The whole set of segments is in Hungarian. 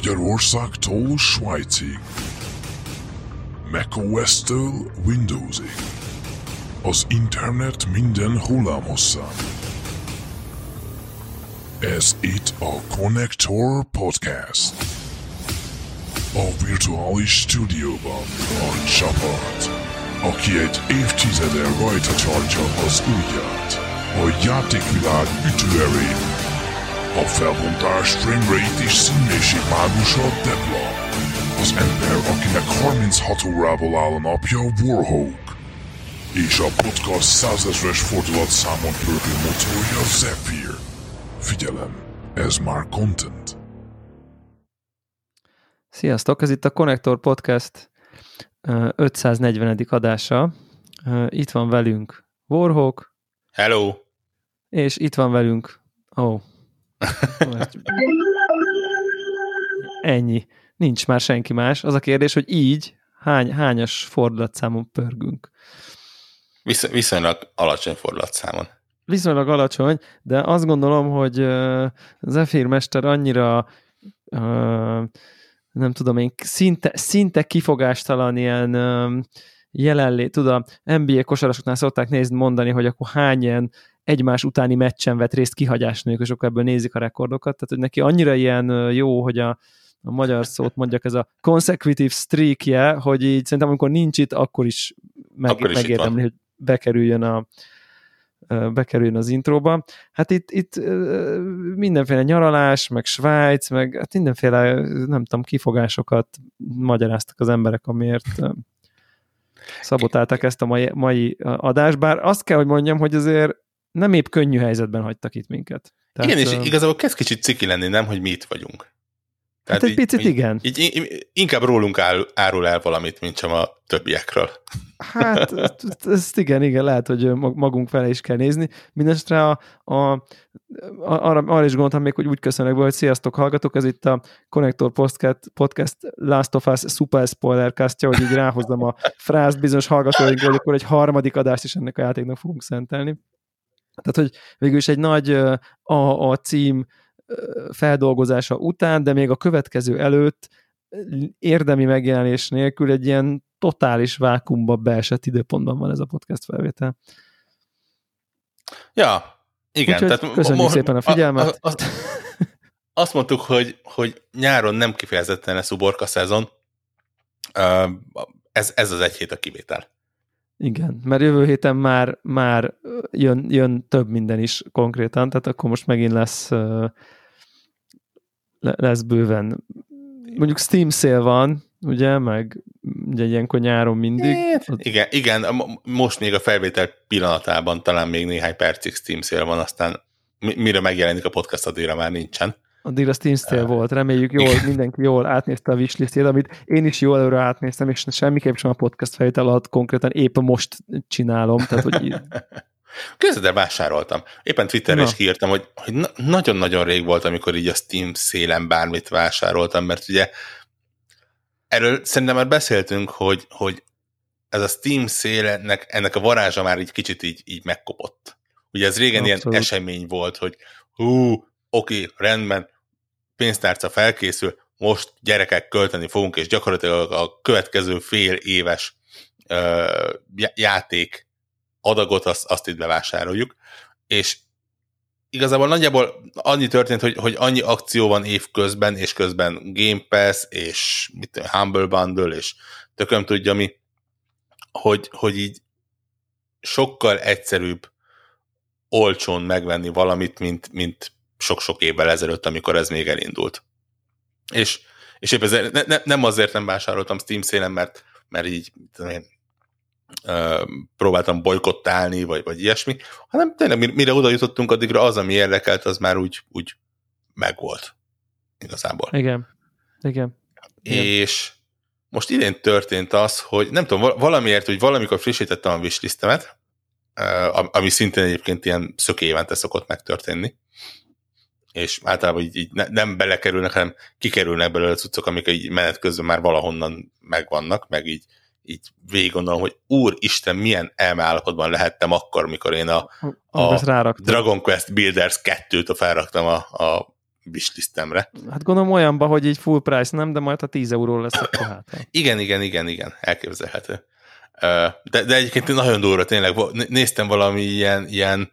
Magyarországtól Svájcig, macOS-től Windowsig, az internet minden hullámhosszán. Ez itt a Connector Podcast. A virtuális stúdióban a csapat, aki egy évtizede rajta tartja az ujját, a játékvilág ütőerén. A felbontás, framerate és színmélység mágusa Debla. Az ember, akinek 36 órából áll a napja Warhawk. És a podcast 100 000-es fordulatszámon pörgő motorja Zephyr. Figyelem, ez már content. Sziasztok, ez itt a Connector Podcast 540. adása. Itt van velünk Warhawk. Hello! És itt van velünk... Ennyi. Nincs már senki más. Az a kérdés, hogy így hányas fordulatszámon pörgünk. Viszonylag alacsony fordulatszámon. Viszonylag alacsony, de azt gondolom, hogy Zephyr mester annyira nem tudom én, szinte kifogástalan ilyen jelenlét, tudom, NBA kosarasoknál szokták mondani, hogy akkor hány ilyen egymás utáni meccsen vett részt kihagyás nélkül, és akkor ebből nézik a rekordokat, tehát hogy neki annyira ilyen jó, hogy a magyar szót mondjak, ez a consecutive streakje, hogy így szerintem amikor nincs itt, akkor is megérdemli, hogy bekerüljön az intróba. Hát itt mindenféle nyaralás, meg Svájc, meg hát mindenféle, nem tudom, kifogásokat magyaráztak az emberek, amiért szabotálták ezt a mai adást, bár azt kell, hogy mondjam, hogy azért nem épp könnyű helyzetben hagytak itt minket. Tehát, igen, és igazából kezd kicsit ciki lenni, nem, hogy mi itt vagyunk. Tehát hát egy picit igen. Így inkább rólunk árul el valamit, mint sem a többiekről. Hát, ezt igen, lehet, hogy magunk fele is kell nézni. Mindenesetre arra is gondoltam még, hogy úgy köszönök be, hogy sziasztok, hallgatók, ez itt a Connector Podcast Last of Us Super Spoilercastja, hogy így ráhozzam a frázt bizonyos hallgatóinkról, hogy akkor egy harmadik adást is ennek a játéknak fogunk szentelni. Tehát, hogy végül is egy nagy a cím feldolgozása után, de még a következő előtt érdemi megjelenés nélkül egy ilyen totális vákuumba beesett időpontban van ez a podcast felvétel. Ja, igen. Úgyhogy tehát köszönjük szépen a figyelmet. Azt mondtuk, hogy nyáron nem kifejezetten lesz uborka szezon. Ez az egy hét a kivétel. Igen, mert jövő héten már jön több minden is konkrétan, tehát akkor most megint lesz bőven. Mondjuk Steam sale van, ugye, meg ugye ilyenkor nyáron mindig. Igen, most még a felvétel pillanatában talán még néhány percig Steam sale van, aztán mire megjelenik a podcast, addigra már nincsen. Addigra Steam sale volt, reméljük mindenki jól átnézte a wishlistjét, amit én is jól előre átnéztem, és semmiképp sem a podcast felvétel alatt konkrétan épp most csinálom, tehát hogy... Közben vásároltam. Éppen Twitterre is kiírtam, hogy nagyon-nagyon rég volt, amikor így a Steam szélen bármit vásároltam, mert ugye erről szerintem már beszéltünk, hogy ez a Steam szélennek, ennek a varázsa már így kicsit így megkopott. Ugye ez régen Abszolút. Ilyen esemény volt, hogy oké, rendben, pénztárca felkészül, most gyerekek költeni fogunk, és gyakorlatilag a következő fél éves játék adagot, azt itt bevásároljuk, és igazából nagyjából annyi történt, hogy annyi akció van évközben, és közben Game Pass, és Humble Bundle, és tököm tudja mi, hogy így sokkal egyszerűbb olcsón megvenni valamit, mint sok-sok évvel ezelőtt, amikor ez még elindult. És épp ezért nem azért nem vásároltam Steam szélen, mert így próbáltam bojkottálni, vagy ilyesmi, hanem tényleg mire oda jutottunk, addigra az, ami érdekelt, az már úgy megvolt. Igazából. Igen. És most idén történt az, hogy nem tudom, valamiért, hogy valamikor frissítettem a wishlistemet, ami szintén egyébként ilyen évente szokott megtörténni, és általában így nem belekerülnek, hanem kikerülnek belőle cuccok, amik így menet közben már valahonnan megvannak, meg így végig gondolom, hogy úristen, milyen elmeállapotban lehettem akkor, mikor én a Dragon Quest Builders 2-t felraktam a wishlistemre. Hát gondolom olyanba, hogy így full price nem, de majd ha 10 euró lesz, akkor hát. Igen, elképzelhető. De egyébként nagyon durva, tényleg. Néztem valami ilyen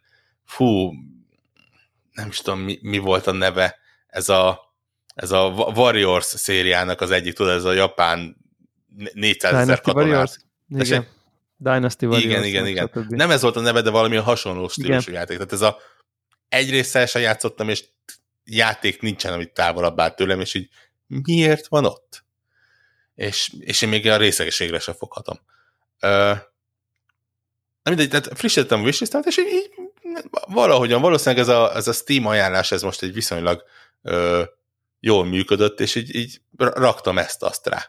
nem is tudom, mi volt a neve, ez a Warriors szériának az egyik, tudod, ez a japán 400 000 katonás. Igen. Dynasty Warriors. Igen. Nem ez volt a neve, de valami hasonló stílusú játék. Tehát ez egy résszel sem játszottam, és játék nincsen, amit távolabb áll tőlem, és így miért van ott? És én még a részegességre sem foghatom. Mindegy, tehát frissítettem a wishlistet, és így valahogyan, valószínűleg ez a Steam ajánlás, ez most egy viszonylag jól működött, és így raktam ezt-azt rá.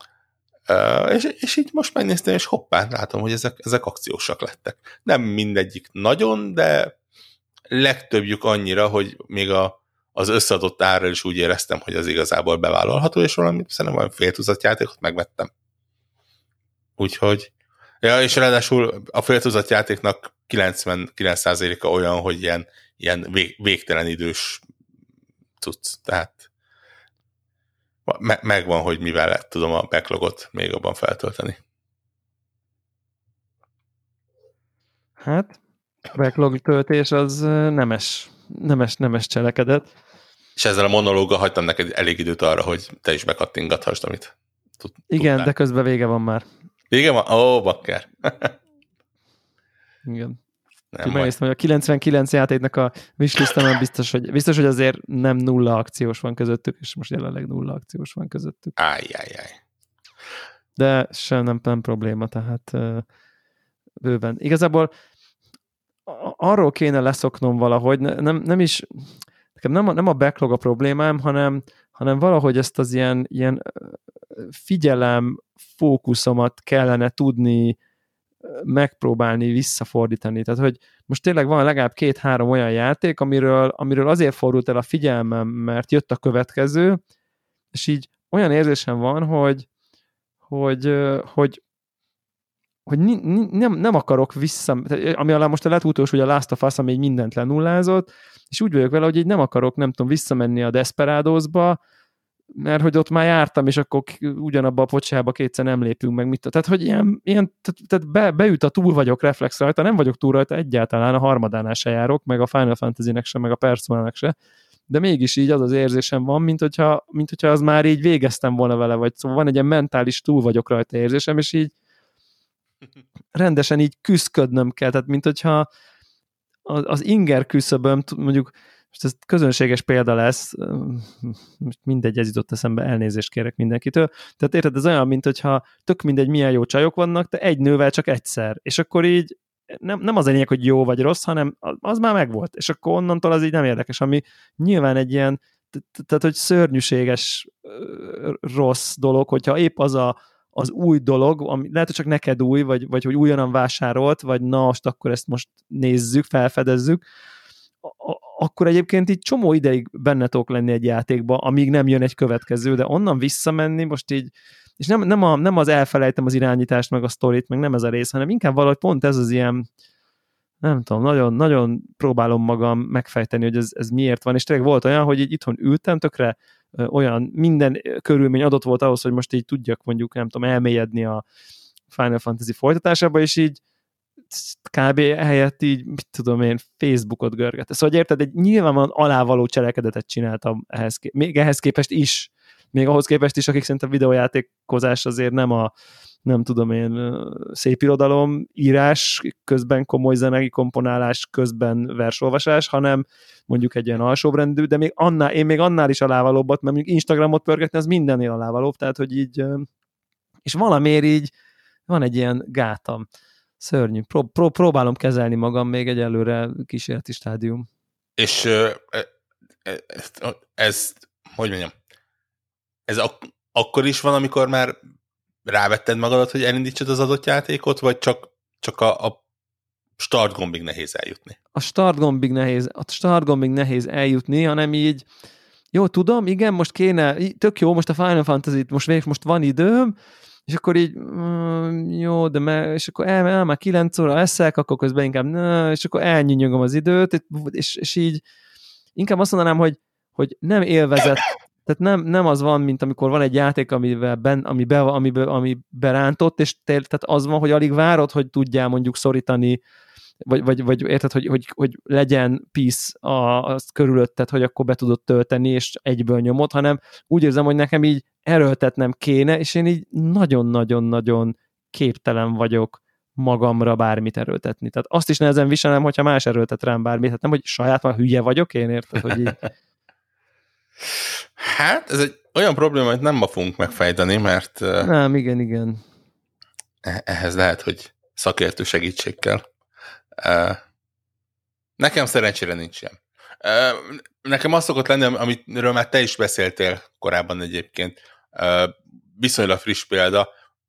És így most megnéztem, és hoppá, látom, hogy ezek akciósak lettek. Nem mindegyik nagyon, de legtöbbjük annyira, hogy még az összeadott árral is úgy éreztem, hogy az igazából bevállalható, és szerintem valami fél tucat játékot megvettem. Úgyhogy, ja, és ráadásul a fél tucat játéknak 99%-a olyan, hogy ilyen végtelen idős cucc, tehát megvan, hogy mivel tudom a backlogot még abban feltölteni. Hát, a backlog töltés az nemes cselekedet. És ezzel a monológgal hagytam neked elég időt arra, hogy te is bekattingathasd, amit tudtál. Igen, de közben vége van már. Vége van? Ó, bakker. Igen. Megnéztem, hogy a 99 játéknak a wishlistben biztos, hogy azért nem 0 akciós van közöttük, és most jelenleg 0 akciós van közöttük. Ájjájjáj. De sem nem probléma, tehát bőven. Igazából arról kéne leszoknom valahogy, nem is, nekem nem a backlog a problémám, hanem valahogy ezt az ilyen figyelem, fókuszomat kellene tudni megpróbálni visszafordítani. Tehát, hogy most tényleg van legalább 2-3 olyan játék, amiről azért fordult el a figyelmem, mert jött a következő, és így olyan érzésem van, hogy nem akarok vissza, ami alá most a lett utolsó, hogy a Last of Us, ami így mindent lenullázott, és úgy vagyok vele, hogy így nem akarok, nem tudom, visszamenni a Desperadosba, mert hogy ott már jártam, és akkor ugyanabba a pocsába kétszer nem lépünk meg. Tehát, hogy tehát beüt a túl vagyok reflex rajta, nem vagyok túl rajta egyáltalán, a harmadánál se járok, meg a Final Fantasy-nek se, meg a Persona-nak se, de mégis így az érzésem van, mint hogyha az már így végeztem volna vele, vagy szóval van egy ilyen mentális túl vagyok rajta érzésem, és így rendesen így küszködnöm kell, tehát mint hogyha az inger küszöböm, mondjuk most ez közönséges példa lesz, most mindegy, ez jutott eszembe, elnézést kérek mindenkitől, tehát érted, ez olyan, mint hogyha tök mindegy, milyen jó csajok vannak, de egy nővel csak egyszer, és akkor így nem az a lényeg, hogy jó vagy rossz, hanem az már megvolt, és akkor onnantól az így nem érdekes, ami nyilván egy ilyen, tehát hogy szörnyűséges rossz dolog, hogyha épp az új dolog, ami lehet, hogy csak neked új, vagy hogy újonnan vásárolt, vagy na most akkor ezt most nézzük, felfedezzük, akkor egyébként így csomó ideig benne tudok lenni egy játékba, amíg nem jön egy következő, de onnan visszamenni most így, és nem az elfelejtem az irányítást, meg a sztorit, meg nem ez a rész, hanem inkább valahogy pont ez az ilyen, nem tudom, nagyon, nagyon próbálom magam megfejteni, hogy ez miért van, és tényleg volt olyan, hogy így itthon ültem, tökre olyan minden körülmény adott volt ahhoz, hogy most így tudjak mondjuk, nem tudom, elmélyedni a Final Fantasy folytatásába, és így kb. Helyett így, mit tudom én, Facebookot görgette. Szóval érted, egy nyilvánvalóan alávaló cselekedetet csináltam még ehhez képest is, még ahhoz képest is, akik szerint a videójátékozás azért nem tudom én, szép irodalom, írás, közben komoly zenei komponálás, közben versolvasás, hanem mondjuk egy ilyen alsóbrendű, de én még annál is alávalóbbat, mert mondjuk Instagramot pörgetni, az mindennél alávalóbb, tehát hogy így, és valamiért így van egy ilyen gátam. Szörnyű. Próbálom kezelni magam, még egyelőre kísérleti stádium. És ez hogy mondjam, ez akkor is van, amikor már rávetted magadat, hogy elindítsad az adott játékot, vagy csak a start gombig nehéz eljutni? A start gombig nehéz eljutni, hanem így, jó, tudom, igen, most kéne, tök jó, most a Final Fantasy-t most van időm, és akkor így, jó, de és akkor már 9 óra eszek, akkor közben inkább, és akkor elnyűnyögöm az időt, és így inkább azt mondanám, hogy hogy nem élvezett, tehát nem az van, mint amikor van egy játék, ami berántott, és tehát az van, hogy alig várod, hogy tudjál mondjuk szorítani, vagy érted, hogy legyen peace azt körülötted, hogy akkor be tudod tölteni, és egyből nyomod, hanem úgy érzem, hogy nekem így erőltetnem kéne, és én így nagyon-nagyon-nagyon képtelen vagyok magamra bármit erőltetni. Tehát azt is nehezen viselem, hogyha más erőltet rám bármit. Tehát nem, hogy saját már hülye vagyok én, érted, hogy így... Hát, ez egy olyan probléma, hogy nem ma fogunk megfejteni, mert... Nem, igen. Ehhez lehet, hogy szakértő segítség kell. Nekem szerencsére nincs ilyen. Nekem az szokott lenni, amiről már te is beszéltél korábban egyébként, viszonylag friss példa,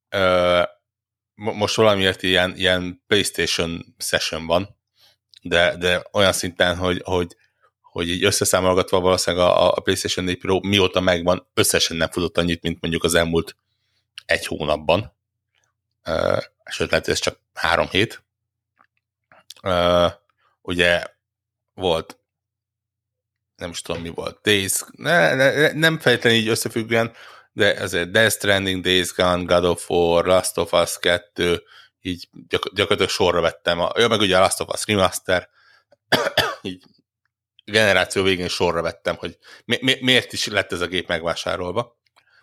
most valamiért ilyen PlayStation session van, de olyan szinten, hogy így összeszámolgatva valószínűleg a PlayStation 4 Pro mióta megvan, összesen nem futott annyit, mint mondjuk az elmúlt egy hónapban. Sőt, lehet, hogy ez csak 3 hét. Ugye volt, nem is tudom mi volt, nem fejtelen így összefüggően, de ezért Death Stranding, Days Gone, God of War, Last of Us 2, így gyakorlatilag sorra vettem. Meg ugye a Last of Us Remaster, így generáció végén sorra vettem, hogy miért is lett ez a gép megvásárolva.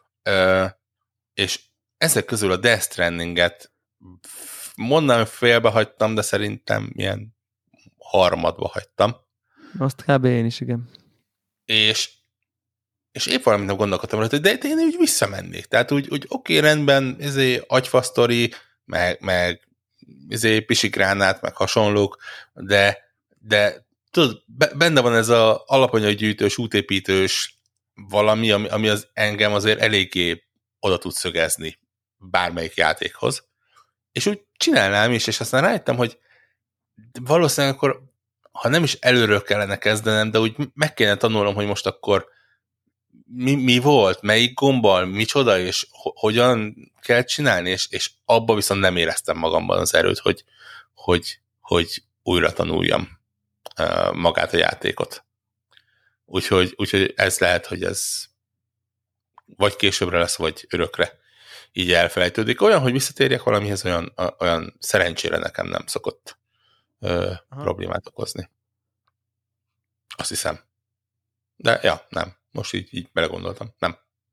És ezek közül a Death Strandinget mondanám, félbe hagytam, de szerintem ilyen harmadba hagytam. Azt kb. Én is, igen. És épp valamit nem gondolkodtam rá, de én úgy visszamennék. Tehát úgy oké, rendben, agyfasztori, meg pisigránát, meg hasonlók, de tudod, benne van ez az alapanyaggyűjtős, útépítős valami, ami engem azért eléggé oda tud szögezni bármelyik játékhoz. És úgy csinálnám is, és aztán rájöttem, hogy valószínűleg akkor, ha nem is előről kellene kezdenem, de úgy meg kéne tanulnom, hogy most akkor mi volt, melyik gombbal, micsoda, és hogyan kell csinálni, és abba viszont nem éreztem magamban az erőt, hogy újra tanuljam magát a játékot. Úgyhogy ez lehet, hogy ez vagy későbbre lesz, vagy örökre így elfelejtődik. Olyan, hogy visszatérjek valamihez, olyan szerencsére nekem nem szokott problémát okozni. Azt hiszem. De ja, nem. Most így belegondoltam. Nem.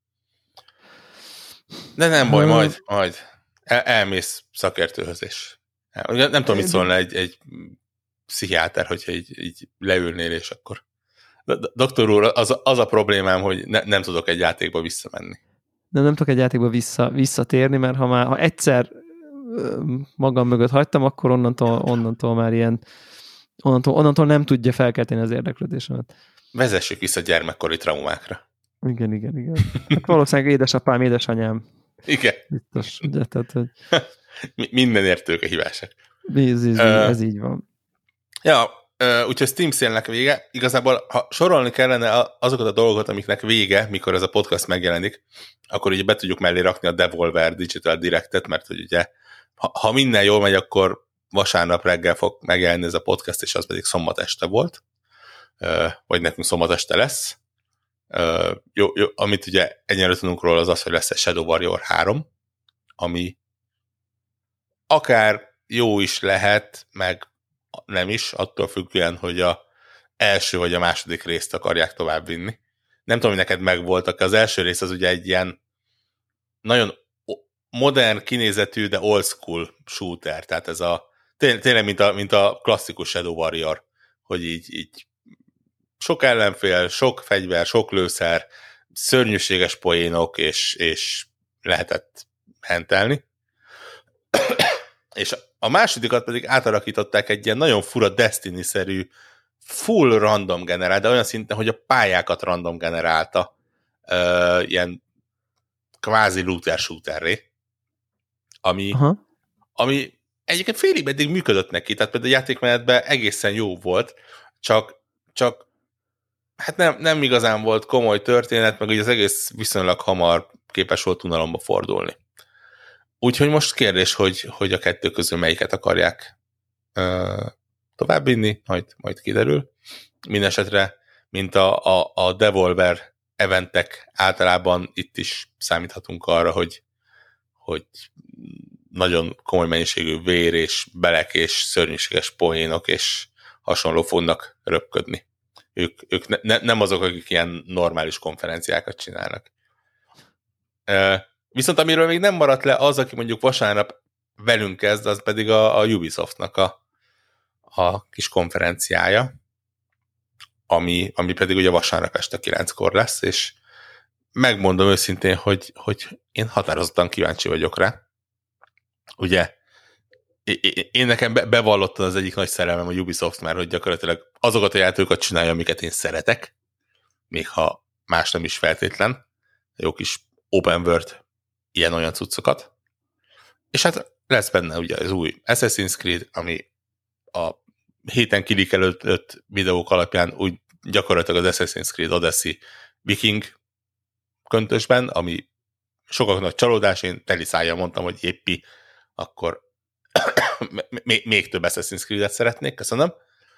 De nem baj, majd elmész szakértőhöz, és nem tudom, mit szólna egy pszichiáter, hogyha így leülnél, és akkor doktor úr, az a problémám, hogy nem tudok egy játékba visszamenni. Nem tudok egy játékba visszatérni, mert ha egyszer magam mögött hagytam, akkor onnantól már ilyen onnantól nem tudja felkelteni az érdeklődésemet. Vezessük vissza gyermekkori traumákra. Igen. Hát valószínűleg édesapám, édesanyám. Igen. Biztos, ugye, tehát, hogy... Mindenért ők a hibásak. Ez így van. Ja, úgyhogy Steam Sale-nek vége. Igazából, ha sorolni kellene azokat a dolgokat, amiknek vége, mikor ez a podcast megjelenik, akkor ugye be tudjuk mellé rakni a Devolver Digital Direct-et, mert hogy ugye, ha minden jól megy, akkor vasárnap reggel fog megjelenni ez a podcast, és az pedig szombat este volt. Vagy nekünk szombat este lesz. Jó, amit ugye ennyire tudunk róla, az, hogy lesz egy Shadow Warrior 3, ami akár jó is lehet, meg nem is, attól függően, hogy a első vagy a második részt akarják továbbvinni. Nem tudom, hogy neked megvoltak, az első rész az ugye egy ilyen nagyon modern kinézetű, de old school shooter, tehát ez tényleg mint a klasszikus Shadow Warrior, hogy így sok ellenfél, sok fegyver, sok lőszer, szörnyűséges poénok, és lehetett hentelni. És a másodikat pedig átalakították egy ilyen nagyon fura Destiny-szerű, full random generál, de olyan szinten, hogy a pályákat random generálta, ilyen kvázi looter-shooterré, ami egyébként félig meddig működött neki, tehát például a játékmenetben egészen jó volt, csak hát nem igazán volt komoly történet, meg ugye az egész viszonylag hamar képes volt unalomba fordulni. Úgyhogy most kérdés, hogy a kettő közül melyiket akarják továbbvinni, majd kiderül. Mindenesetre mint a Devolver eventek általában itt is számíthatunk arra, hogy nagyon komoly mennyiségű vér és belek és szörnyűséges poénok és hasonló fognak röpködni. Ők nem azok, akik ilyen normális konferenciákat csinálnak. Viszont amiről még nem maradt le az, aki mondjuk vasárnap velünk kezd, az pedig a Ubisoftnak a kis konferenciája, ami pedig ugye vasárnap este 9-kor lesz, és megmondom őszintén, hogy én határozottan kíváncsi vagyok rá. Ugye, én nekem bevallottan az egyik nagy szerelmem a Ubisoft, mert hogy gyakorlatilag azokat a játékokat csinálja, amiket én szeretek, még ha más nem is feltétlen, jó kis open world ilyen-olyan cuccokat. És hát lesz benne ugye az új Assassin's Creed, ami a héten kilikelődött videók alapján úgy gyakorlatilag az Assassin's Creed Odyssey Viking köntösben, ami sokaknak csalódás, én teli szájjal mondtam, hogy éppi, akkor még több Assassin's Creed-et szeretnék, köszönöm.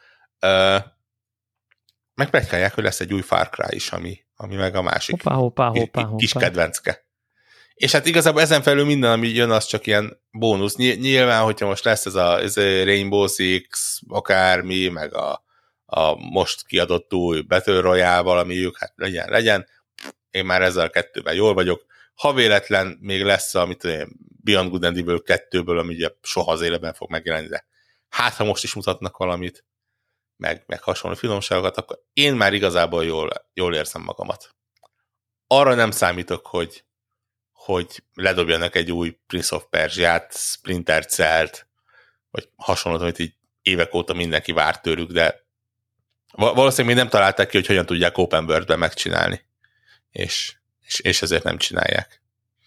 Meg pletykálják, hogy lesz egy új Far Cry is, ami meg a másik Hoppá. kis kedvencke. És hát igazából ezen felül minden, ami jön, az csak ilyen bónusz. Nyilván, hogyha most lesz ez a Rainbow Six, akármi, meg a most kiadott új Battle Royale valamiük, hát legyen. Én már ezzel a kettővel jól vagyok. Ha véletlen még lesz Beyond Good and Evil 2-ből, ami ugye soha az életben fog megjelenni, de hát ha most is mutatnak valamit, meg hasonló finomságokat, akkor én már igazából jól érzem magamat. Arra nem számítok, hogy ledobjanak egy új Prince of Persia-t, Splinter Cell-t, vagy hasonlót, amit így évek óta mindenki várt tőlük, de valószínűleg még nem találták ki, hogy hogyan tudják open world-ben megcsinálni. És ezért nem csinálják.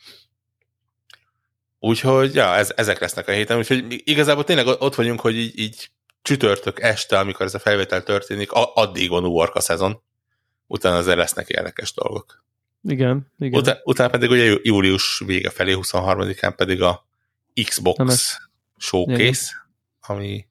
Úgyhogy, ja, ezek lesznek a héten, úgyhogy igazából tényleg ott vagyunk, hogy így csütörtök este, amikor ez a felvétel történik, addig van Uorka szezon, utána azért lesznek érdekes dolgok. Igen. Utána pedig ugye július vége felé, 23-án pedig a Xbox Showcase, ami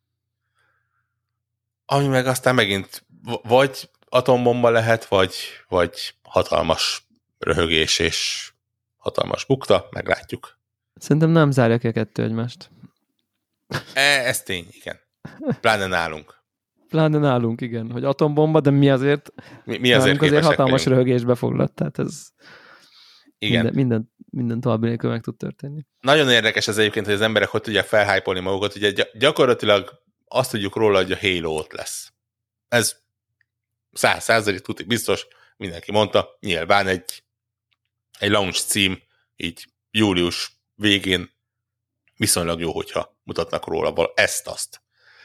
meg aztán megint vagy atombomba lehet, vagy hatalmas röhögés és hatalmas bukta, meglátjuk. Szerintem nem zárja ki a kettő egymást. Ez tény, igen. Pláne nálunk, igen, hogy atombomba, de mi azért azért hatalmas röhögésbe foglalt, tehát ez igen. Minden további nélkül meg tud történni. Nagyon érdekes ez egyébként, hogy az emberek hogy tudják felhypolni magukat, ugye gyakorlatilag azt tudjuk róla, hogy a Halo ott lesz. Ez 100% tuti biztos, mindenki mondta, nyilván egy launch cím, így július végén viszonylag jó, hogyha mutatnak róla ezt-azt.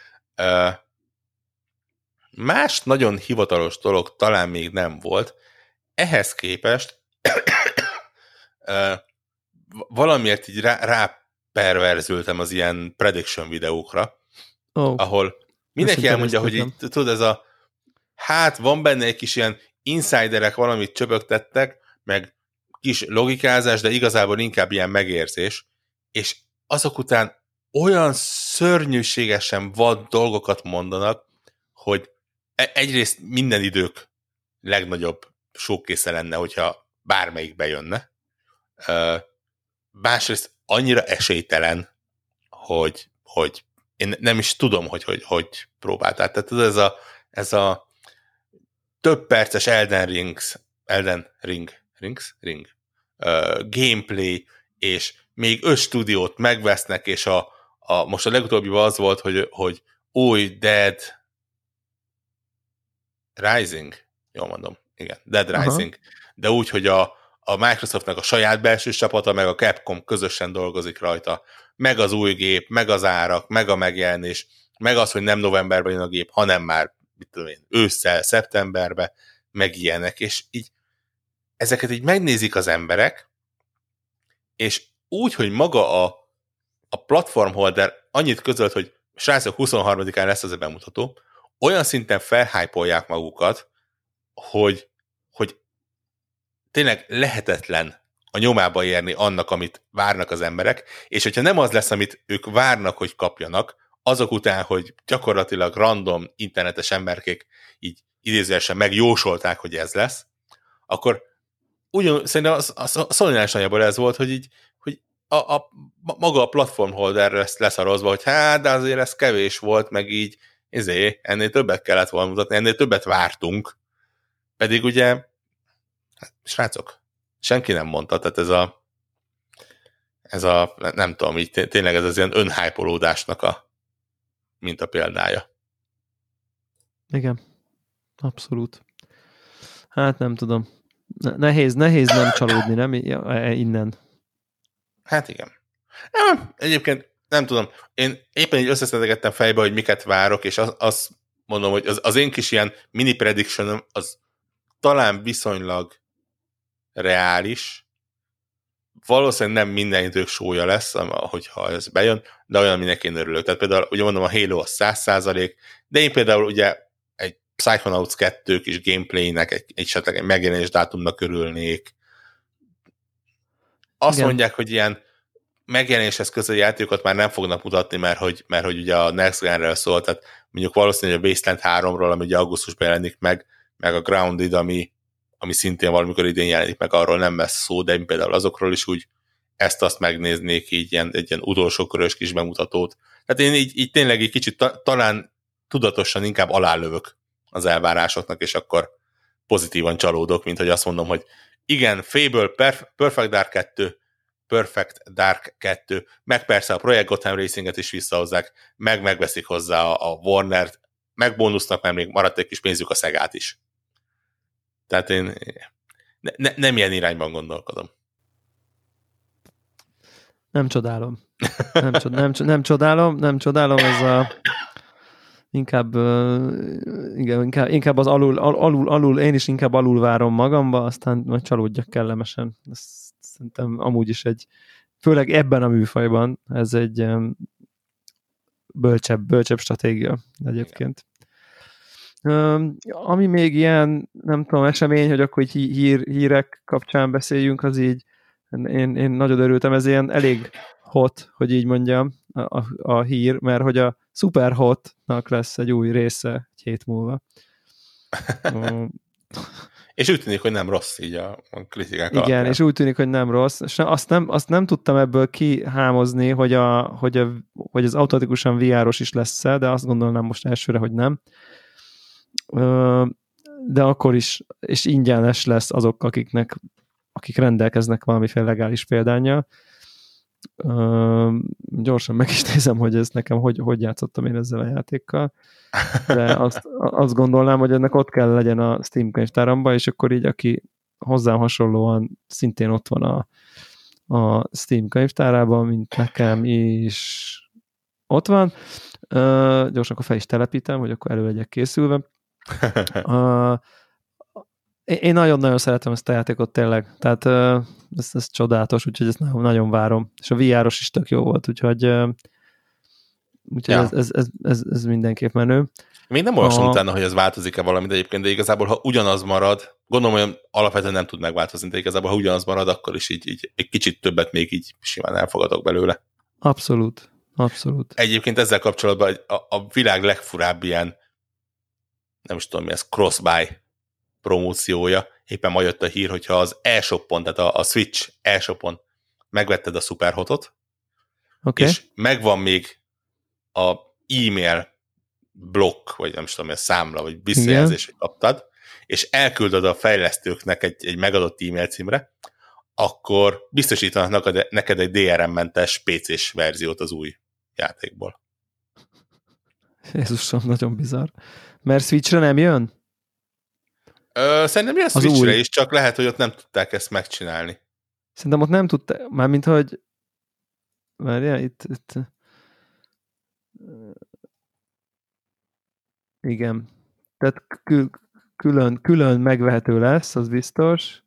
Más nagyon hivatalos dolog talán még nem volt. Ehhez képest valamiért így ráperverzültem az ilyen prediction videókra, ahol mindenki elmondja, hogy így, tudod, ez hát van benne egy kis ilyen insiderek valamit csöpögtettek, meg kis logikázás, de igazából inkább ilyen megérzés, és azok után olyan szörnyűségesen vad dolgokat mondanak, hogy egyrészt minden idők legnagyobb showcase lenne, hogyha bármelyik bejönne. Másrészt annyira esélytelen, hogy én nem is tudom, hogy próbáltál. Tehát ez a több perces Elden Ring gameplay, és még 5 stúdiót megvesznek, és most a legutóbbiban az volt, hogy új Dead Rising, jól mondom, igen, Dead Rising, de úgy, hogy a Microsoftnak a saját belső csapata, meg a Capcom közösen dolgozik rajta, meg az új gép, meg az árak, meg a megjelenés, meg az, hogy nem novemberben jön a gép, hanem már, mit tudom én, ősszel, szeptemberben, meg ilyenek, és így ezeket így megnézik az emberek, és úgy, hogy maga a platformholder annyit közölt, hogy srácok 23-án lesz az a bemutató, olyan szinten felhypolják magukat, hogy tényleg lehetetlen a nyomába érni annak, amit várnak az emberek, és hogyha nem az lesz, amit ők várnak, hogy kapjanak, azok után, hogy gyakorlatilag random internetes emberkék így idézőesen megjósolták, hogy ez lesz, akkor szerintem a Sony-nál is nagyjából ez volt, hogy így, hogy maga a platform holder lesz leszarozva, hogy hát, de azért ez kevés volt, meg így, ennél többet kellett volna mutatni, ennél többet vártunk. Pedig ugye, hát, srácok, senki nem mondta, tehát ez a nem tudom, így tényleg ez az ilyen önhypolódásnak a minta példája. Igen, abszolút. Hát nem tudom. Nehéz nem csalódni, nem? Innen. Hát igen. Egyébként nem tudom, én éppen így összeszedegettem fejbe, hogy miket várok, és azt mondom, hogy az én kis ilyen mini prediction az talán viszonylag reális. Valószínűleg nem minden idők sója lesz, hogyha ez bejön, de olyan, aminek én örülök. Tehát például, ugye mondom, a Halo az 100%, de én például ugye egy Psychonauts 2 kis gameplaynek, esetleg egy megjelenés dátumnak örülnék. Azt igen. Mondják, hogy ilyen megjelenéshez közeli játékokat már nem fognak mutatni, mert hogy ugye a Next Gen-rel szól, tehát mondjuk valószínűleg a Wasteland 3-ról, ami ugye augusztusban jelenik meg a Grounded, ami szintén valamikor idén jelenik meg, arról nem lesz szó, de én például azokról is úgy ezt-azt megnéznék, így egy ilyen utolsó körös kis bemutatót. Tehát én így tényleg egy kicsit talán tudatosan inkább alálövök az elvárásoknak, és akkor pozitívan csalódok, mint hogy azt mondom, hogy igen, Fable, Perfect Dark 2, meg persze a Project Gotham Racinget is visszahozzák, megveszik hozzá a Warner-t, meg bónusznak, mert még maradt egy kis pénzük a Szegát is. Tehát én nem ilyen irányban gondolkodom. Nem csodálom. Nem csodálom, ez a inkább az alul, én is inkább alul várom magamba, aztán majd csalódjak kellemesen. Ezt szerintem amúgy is főleg ebben a műfajban ez egy bölcsebb stratégia egyébként. Ami még ilyen, nem tudom, esemény, hogy akkor hírek kapcsán beszéljünk, az így, én nagyon örültem, ez ilyen elég hot, hogy így mondjam, a hír, mert hogy a Super Hotnak lesz egy új része egy hét múlva. És úgy tűnik, hogy nem rossz így a kritikák igen, alapján. És úgy tűnik, hogy nem rossz. És azt nem tudtam ebből kihámozni, hogy ez automatikusan VR-os is lesz, de azt gondolnám most elsőre, hogy nem. De akkor is, és ingyenes lesz azok, akik rendelkeznek valamiféle legális példánnyal. Gyorsan meg is nézem, hogy ez nekem hogy játszottam én ezzel a játékkal. De azt gondolnám, hogy ennek ott kell legyen a Steam könyvtáramba, és akkor így, aki hozzám hasonlóan szintén ott van a Steam könyvtárában, mint nekem is ott van. Gyorsan akkor fel is telepítem, hogy akkor elő legyek készülve. Én nagyon-nagyon szeretem ezt a játékot tényleg, tehát ez csodálatos, úgyhogy ezt nagyon várom. És a VR-os is tök jó volt, úgyhogy ja. ez mindenképp menő. Még nem olvasom utána, hogy ez változik-e valami, de egyébként, de igazából, ha ugyanaz marad, gondolom, hogy alapvetően nem tud megváltozni, de igazából, ha ugyanaz marad, akkor is így egy kicsit többet még így simán elfogadok belőle. Abszolút. Egyébként ezzel kapcsolatban a világ legfurább ilyen, nem is tudom mi ez, cross-buy promóciója. Éppen ma jött a hír, hogyha az eShop-on, tehát a Switch eShop-on megvetted a Superhotot, okay. És megvan még a e-mail blokk, vagy nem is tudom, számla, vagy visszajelzés, hogy kaptad, és elküldöd a fejlesztőknek egy megadott e-mail címre, akkor biztosítanak neked egy DRM-mentes PC-s verziót az új játékból. Jézusom, nagyon bizarr. Mert Switchre nem jön? Szerintem jön Switchre is, csak lehet, hogy ott nem tudták ezt megcsinálni. Szerintem ott nem tudták, mármint, hogy várjál, itt igen. Tehát külön megvehető lesz, az biztos.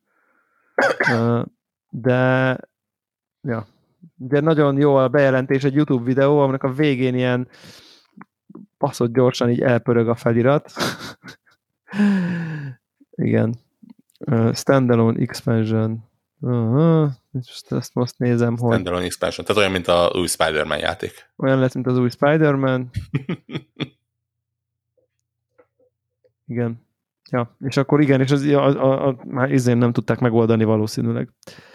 De ja. Ugye nagyon jó a bejelentés, egy YouTube videó, aminek a végén ilyen passzott gyorsan így elpörög a felirat. Igen. Standalone expansion. Ezt most nézem, hogy... Standalone expansion, tehát olyan, mint az új Spider-Man játék. Olyan lesz, mint az új Spider-Man. Igen. Ja, és akkor igen, és már izén nem tudták megoldani valószínűleg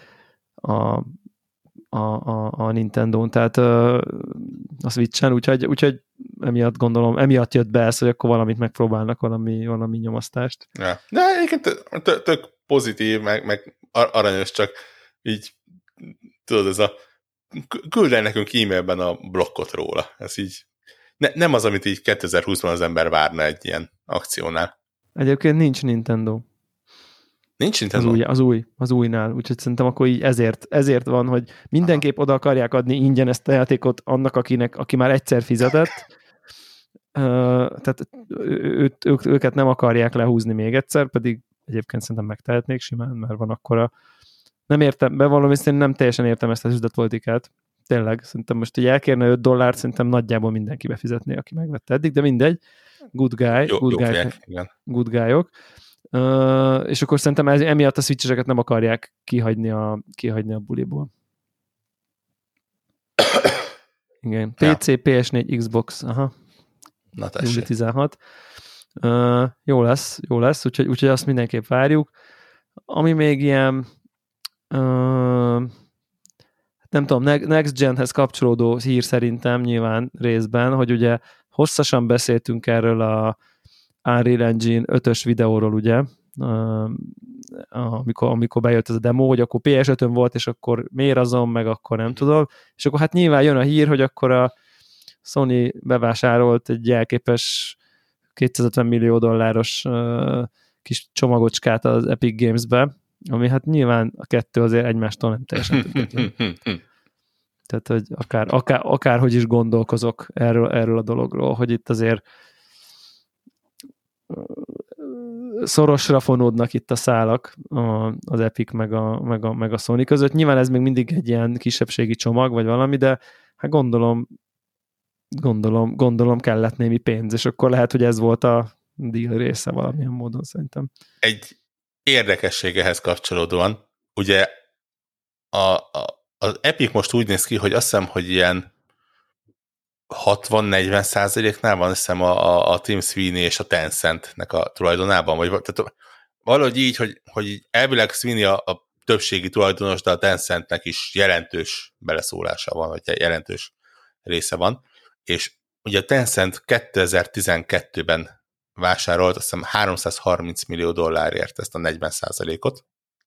a Nintendo-n, tehát a Switch-en, úgyhogy emiatt gondolom, emiatt jött be ez, hogy akkor valamit megpróbálnak, valami nyomasztást. Ja. De egyébként tök pozitív, meg aranyos, csak így tudod, ez a küld el nekünk e-mailben a blokkot róla. Ez így nem az, amit így 2020-ban az ember várna egy ilyen akciónál. Egyébként nincs Nintendo. Nincs Nintendo? Az újnál, úgyhogy szerintem akkor így ezért van, hogy mindenképp oda akarják adni ingyen ezt a játékot annak, aki már egyszer fizetett, tehát őket nem akarják lehúzni még egyszer, pedig egyébként szerintem megtehetnék simán, mert van akkora. Nem értem, bevallom, és én nem teljesen értem ezt az üzletpolitikát. Tényleg, szerintem most így elkérne $5, szerintem nagyjából mindenki befizetné, aki megvette eddig, de mindegy. Good guy-ok. És akkor szerintem emiatt a switcheseket nem akarják kihagyni a buliból. Igen. PC, ja. PS4, Xbox, aha. Na tessék. 16. Jó lesz, úgyhogy azt mindenképp várjuk. Ami még ilyen nem tudom, Next Genhez kapcsolódó hír szerintem nyilván részben, hogy ugye hosszasan beszéltünk erről a Unreal Engine 5-ös videóról, ugye, amikor bejött ez a demo, hogy akkor PS5-ön volt, és akkor miért azon, meg akkor nem tudom, és akkor hát nyilván jön a hír, hogy akkor a Sony bevásárolt egy jelképes $250 millió kis csomagocskát az Epic Games-be, ami hát nyilván a kettő azért egymástól nem teljesen független. Tehát, hogy akárhogy is gondolkozok erről a dologról, hogy itt azért szorosra fonódnak itt a szálak az Epic meg a Sony között. Nyilván ez még mindig egy ilyen kisebbségi csomag, vagy valami, de hát gondolom kellett némi pénz, és akkor lehet, hogy ez volt a deal része valamilyen módon szerintem. Egy érdekességehez kapcsolódóan, ugye az Epic most úgy néz ki, hogy azt hiszem, hogy ilyen 60-40%-nál van, azt hiszem a Tim Sweeney és a Tencentnek a tulajdonában, vagy tehát valahogy így, hogy így elvileg Sweeney a többségi tulajdonos, de a Tencentnek is jelentős beleszólása van, vagy jelentős része van, és ugye a Tencent 2012-ben vásárolt, azt hiszem $330 millió ezt a 40%-ot.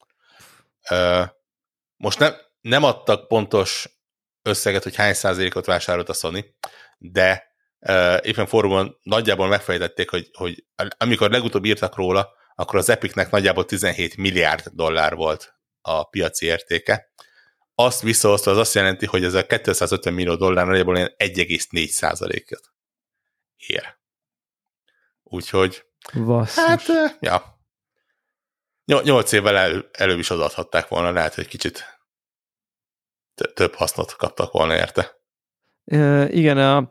Most nem adtak pontos összeget, hogy hány százalékot vásárolt a Sony, de éppen fórumon nagyjából megfejtették, hogy amikor legutóbb írtak róla, akkor az Epicnek nagyjából $17 milliárd volt a piaci értéke. Azt visszaosztva az azt jelenti, hogy ez a $250 millió nagyjából 1,4%-ot ér. Úgyhogy Basszus. hát, ja. 8 évvel előbb is odaadhatták volna, lehet, hogy kicsit több hasznot kaptak volna érte. Igen,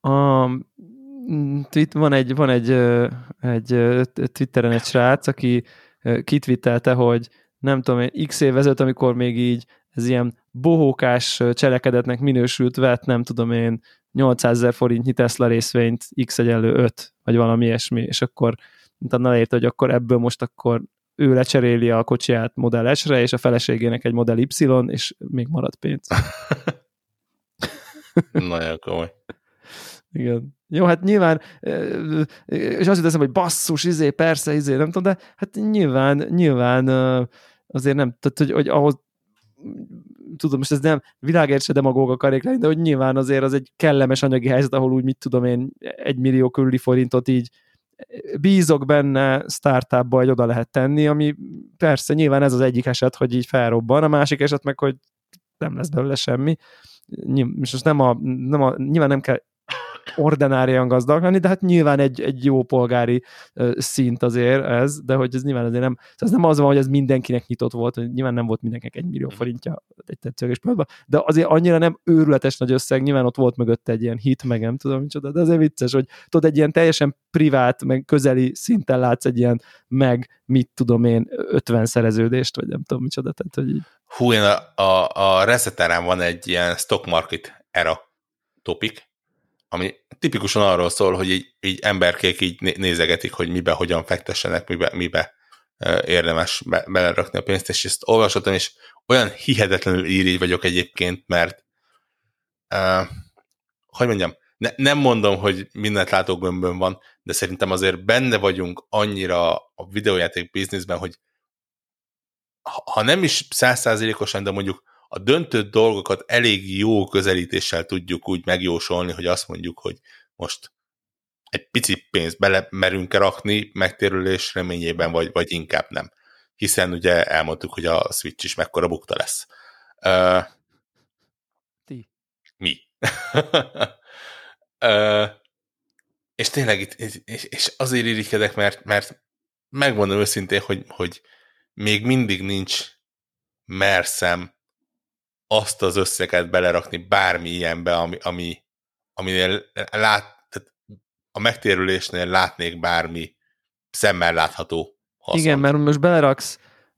van egy Twitteren egy srác, aki kitvittelte, hogy nem tudom én, x év ezelőtt, amikor még így ez ilyen bohókás cselekedetnek minősült, vett nem tudom én 800 000 forintnyi Tesla részvényt x=5, vagy valami ilyesmi, és akkor utána leírta, hogy akkor ebből most akkor ő lecseréli a kocsiját Model S-re, és a feleségének egy Model Y, és még marad pénz. Nagyon komoly. Igen. Jó, hát nyilván, és azt hiszem, hogy basszus, persze, nem tudom, de hát nyilván azért nem, tehát, hogy ahhoz tudom, most ez nem világért se demagóg akarják lenni, de hogy nyilván azért az egy kellemes anyagi helyzet, ahol úgy mit tudom én, 1 millió körüli forintot így bízok benne, startupba egy oda lehet tenni, ami persze nyilván ez az egyik eset, hogy így felrobban, a másik eset meg, hogy nem lesz belőle semmi. Most nyilván nem kell ordinárian gazdag lenni, de hát nyilván egy jó polgári szint azért ez, de hogy ez nyilván azért nem, ez nem az van, hogy ez mindenkinek nyitott volt, hogy nyilván nem volt mindenkinek 1 millió forintja egy tetszőleges pillanatban, de azért annyira nem őrületes nagy összeg, nyilván ott volt mögötte egy ilyen hit, meg nem tudom micsoda, de azért vicces, hogy tudod, egy ilyen teljesen privát, meg közeli szinten látsz egy ilyen mit tudom én, 50 szereződést, vagy nem tudom micsoda, tehát hogy így. Hú, én a Reseteren van egy ilyen stock market era topic, ami tipikusan arról szól, hogy így emberkék így nézegetik, hogy mibe, hogyan fektessenek, mibe érdemes belerakni a pénzt, és ezt olvasottam, és olyan hihetetlenül írígy vagyok egyébként, mert hogy mondjam, nem mondom, hogy mindent látógömbön van, de szerintem azért benne vagyunk annyira a videójáték bizniszben, hogy ha nem is 100%-osan, de mondjuk a döntő dolgokat elég jó közelítéssel tudjuk úgy megjósolni, hogy azt mondjuk, hogy most egy pici pénzt belemerünk-e rakni megtérülés reményében, vagy inkább nem. Hiszen ugye elmondtuk, hogy a Switch is mekkora bukta lesz. Ti. Mi? És tényleg és azért irigykedek, mert megmondom őszintén, hogy még mindig nincs merszem azt az összeget belerakni bármi ilyenbe, aminél tehát a megtérülésnél látnék bármi szemmel látható haszont. Igen, mert most beleraksz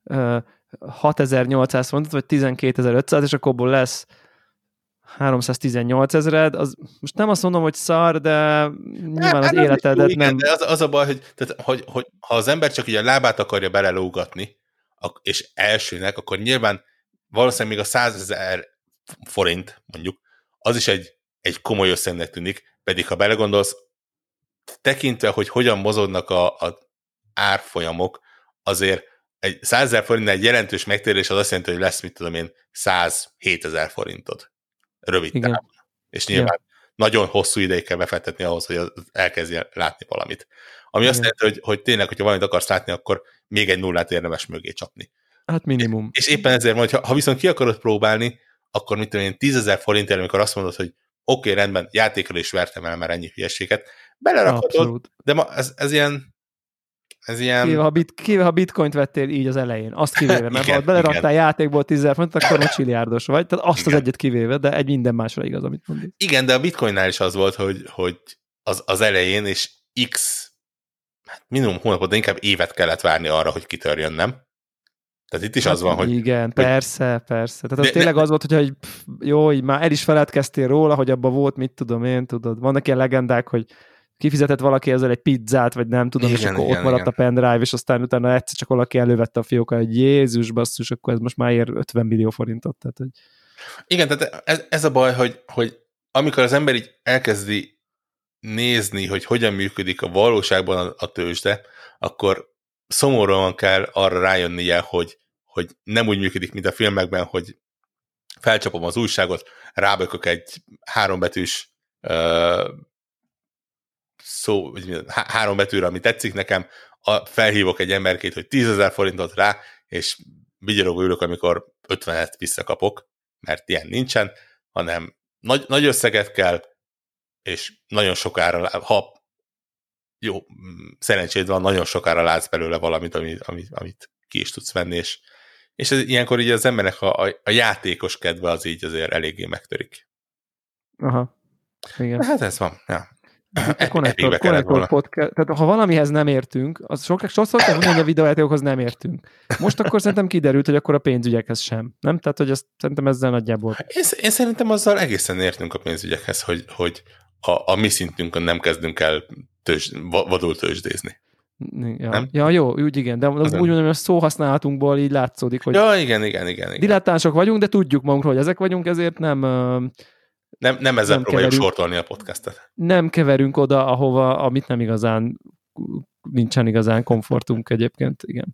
6800 fontot, vagy 12500, és akkor abból lesz 318 000, az most nem azt mondom, hogy szar, de nyilván az életedet jó, nem... De az a baj, hogy ha az ember csak így a lábát akarja belelógatni, és elsőnek, akkor nyilván valószínűleg még a 100 000 forint, mondjuk, az is egy komoly összegnek tűnik, pedig ha belegondolsz, tekintve, hogy hogyan mozognak a árfolyamok, azért egy 100 000 forintnál egy jelentős megtérülés az azt jelenti, hogy lesz, mit tudom én, 107 000 forintod. Rövid távon. És nyilván nagyon hosszú ideig kell befektetni ahhoz, hogy elkezdje látni valamit. Ami azt jelenti, hogy tényleg, hogyha valamit akarsz látni, akkor még egy nullát érdemes mögé csapni. Hát minimum. És éppen ezért mondja, ha viszont ki akarod próbálni, akkor mit tudom én, 10 000 forintért, amikor azt mondod, hogy oké, rendben, játékról is vertem el már ennyi hülyeséget, belerakhatod, de ez ilyen Kivéve, ha bitcoint vettél így az elején, azt kivéve, mert ha beleraktál játékból 10 000 forintot, akkor most csiliárdos vagy, tehát azt az egyet kivéve, de egy minden másra igaz, amit mondjuk. Igen, de a bitcoinnál is az volt, hogy az elején, és minimum hónapot, de inkább évet kellett várni arra, hogy kitörjön, nem? Tehát itt is az van, hogy... Igen, persze. Tehát tényleg az volt, hogy jó, így már el is feledkeztél róla, hogy abban volt, mit tudom én, tudod. Vannak ilyen legendák, hogy kifizetett valaki ezzel egy pizzát, vagy nem tudom, és akkor ott maradt a pendrive, és aztán utána egyszer csak valaki elővette a fióka, hogy Jézus basszus, akkor ez most már ér 50 millió forintot. Tehát, hogy... Igen, tehát ez a baj, hogy amikor az ember így elkezdi nézni, hogy hogyan működik a valóságban a tőzsde, akkor szomorúan kell arra rájönnie, hogy nem úgy működik, mint a filmekben, hogy felcsapom az újságot, rábökök egy hárombetűs három betűre, ami tetszik nekem, felhívok egy emberkét, hogy 10 000 forintot rá, és vigyorogva ülök, amikor 50-et visszakapok, mert ilyen nincsen, hanem nagy összeget kell, és nagyon sokára, ha jó, szerencséd van, nagyon sokára látsz belőle valamit, amit ki is tudsz venni, és ilyenkor így az embernek a játékos kedve az így azért eléggé megtörik. Aha, igen. Hát ez van, ja. A Connector Podcast, tehát ha valamihez nem értünk, az sokszor kell mondani, hogy a videójátékokhoz nem értünk. Most akkor szerintem kiderült, hogy akkor a pénzügyekhez sem. Nem? Tehát, hogy szerintem ezzel nagyjából... Én szerintem azzal egészen értünk a pénzügyekhez, hogy a mi szintünkön nem kezdünk el vadul tőzsdézni. Ja, jó, úgy igen, de úgy mondom, hogy a szóhasználatunkból így látszódik, hogy... Ja, igen. Dilettánsok vagyunk, de tudjuk magunkról, hogy ezek vagyunk, ezért nem ezzel próbáljuk sortolni a podcastet. Nem keverünk oda, amit nem igazán, nincsen igazán komfortunk egyébként, igen.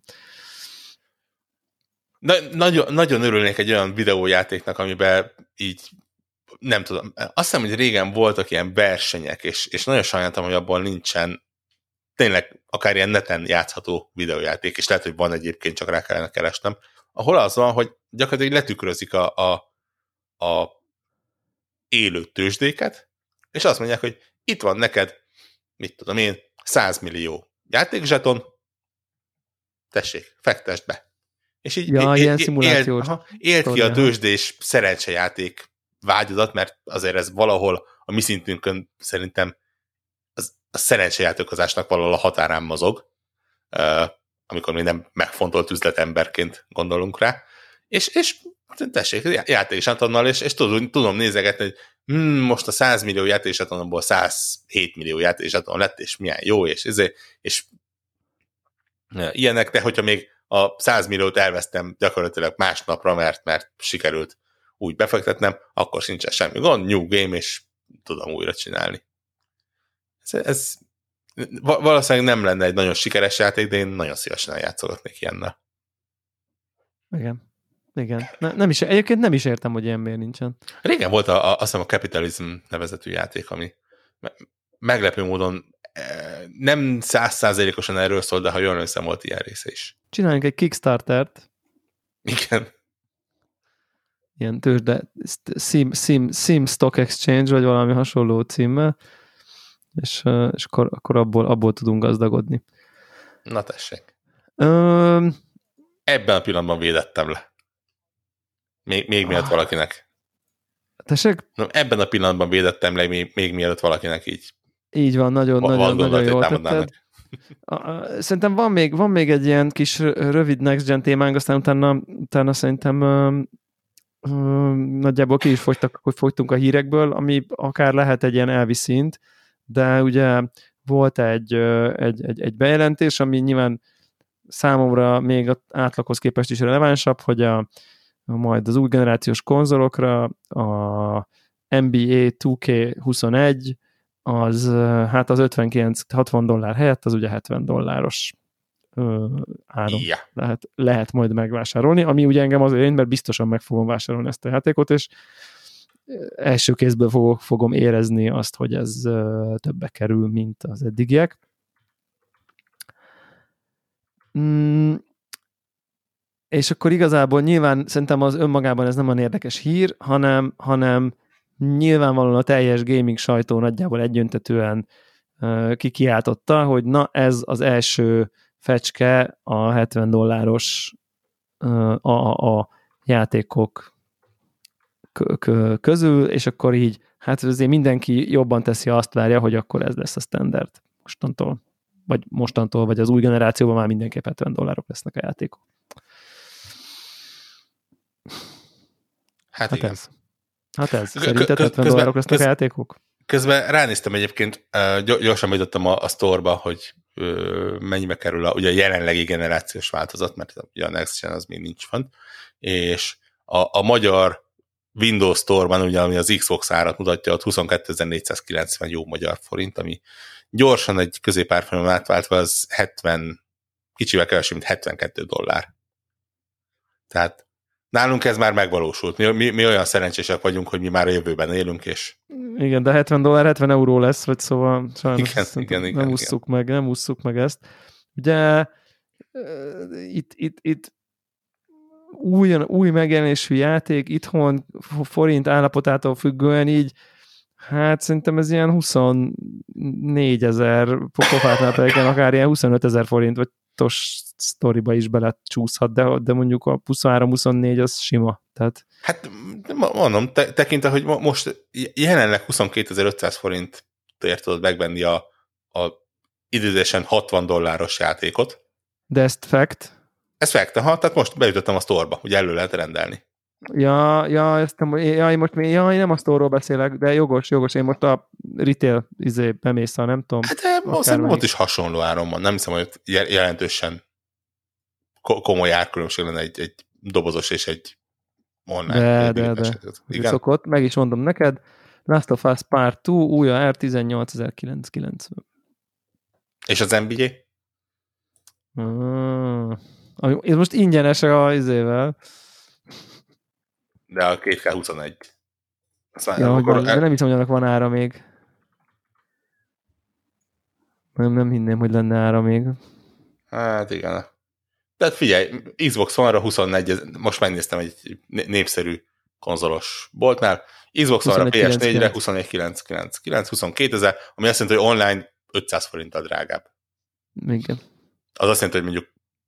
Nagyon örülnék egy olyan videójátéknak, amiben így, nem tudom, azt hiszem, hogy régen voltak ilyen versenyek, és nagyon sajnáltam, hogy abból nincsen tényleg akár ilyen neten játszható videójáték, és lehet, hogy van egyébként, csak rá kellene keresnem, ahol az van, hogy gyakorlatilag letükrözik a élő tőzsdéket, és azt mondják, hogy itt van neked, mit tudom én, 100 millió játékzseton, tessék, fektesd be. És így éld ki a tőzsdés szerencsejáték vágyadat, mert azért ez valahol a mi szintünkön szerintem a szerencsejátékozásnak valahol a határán mozog, amikor még nem megfontolt üzletemberként gondolunk rá, és tessék, játékzsetonnal, és tudom nézegetni, hogy most a 100 millió játékzsetonomból 107 millió játékzsetonom lett, és milyen jó, és ilyenek, de hogyha még a 100 milliót elvesztem gyakorlatilag másnapra, mert sikerült úgy befektetnem, akkor sincsen semmi gond, new game, és tudom újra csinálni. Ez valószínűleg nem lenne egy nagyon sikeres játék, de én nagyon szívesen eljátszogatnék ilyennel. Igen. Egyébként nem is értem, hogy ilyen miért nincsen. Régen volt azt hiszem a Capitalism nevezetű játék, ami meglepő módon nem 100%-osan erről szól, de ha jól emlékszem, volt ilyen része is. Csináljunk egy Kickstartert. Igen. Ilyen tőzsde, Sim Stock Exchange, vagy valami hasonló címmel, és akkor abból tudunk gazdagodni. Na tessék. Ebben a pillanatban védettem le. Még mielőtt valakinek. Tessék? Ebben a pillanatban védettem le, még mielőtt valakinek így van, nagyon jól tetted. Szerintem van még egy ilyen kis rövid next gen témánk, aztán utána szerintem nagyjából ki is fogytunk a hírekből, ami akár lehet egy ilyen elvi szint, de ugye volt egy bejelentés, ami nyilván számomra még az átlaghoz képest is relevánsabb, hogy majd az új generációs konzolokra a NBA 2K21 az 59-60 dollár helyett az ugye $70 áron lehet majd megvásárolni, ami ugye engem azért én, mert biztosan meg fogom vásárolni ezt a játékot, és első kézből fogom érezni azt, hogy ez többe kerül, mint az eddigiek. És akkor igazából nyilván szerintem az önmagában ez nem olyan érdekes hír, hanem nyilvánvalóan a teljes gaming sajtó nagyjából egyöntetően kikiáltotta, hogy na ez az első fecske a $70 a játékok közül, és akkor így, hát azért mindenki jobban teszi, azt várja, hogy akkor ez lesz a standard mostantól, vagy az új generációban már mindenképp $70 lesznek a játékok. Hát igen. Ez. Szerinted $70 lesznek a játékok? Közben ránéztem egyébként, gyorsan beütöttem a store-ba, hogy mennyibe kerül ugye a jelenlegi generációs változat, mert ugye a Next Gen az még nincs fent, és a magyar Windows Store-ban, ugye, ami az Xbox árat mutatja, ott 22.490 jó magyar forint, ami gyorsan egy középárfolyamon átváltva az kicsivel kevesebb, mint $72. Tehát nálunk ez már megvalósult. Mi olyan szerencsések vagyunk, hogy mi már a jövőben élünk, és... Igen, de $70 70 euró lesz, vagy szóval sajnos igen, nem ússzuk meg ezt. Ugye itt új megjelenésű játék itthon forint állapotától függően így, hát szerintem ez ilyen 24,000 pofátnál pedig akár ilyen 25,000 forint, vagy sztoriba is belecsúszhat, de mondjuk a 23-24 az sima. Tehát... Hát mondom, tekintve, hogy most jelenleg 22.500 forintért tudod megvenni a idézésen $60 játékot. De ezt fact? Ez fact, tehát most beütöttem a sztorba, ugye elő lehet rendelni. Én nem a sztorról beszélek, de jogos, én most a retail bemész, nem tudom. Hát ott is hasonló áron van, nem hiszem, hogy jelentősen komoly árkülönbség lenne egy dobozos és egy online. De. Szokott, meg is mondom neked, Last of Us Part 2, új a R18.990. És az NBA? Ez most ingyenes a izével. De a 2K21. De nem hiszem, hogy annak van ára még. Nem hinném, hogy lenne ára még. Hát igen. Tehát figyelj, Xbox One-ra 24, most megnéztem egy népszerű konzolos boltnál, Xbox One-ra PS4-re 24.999, 22,000, ami azt jelenti, hogy online 500 forinttal drágább. Igen. Az azt jelenti, hogy mondjuk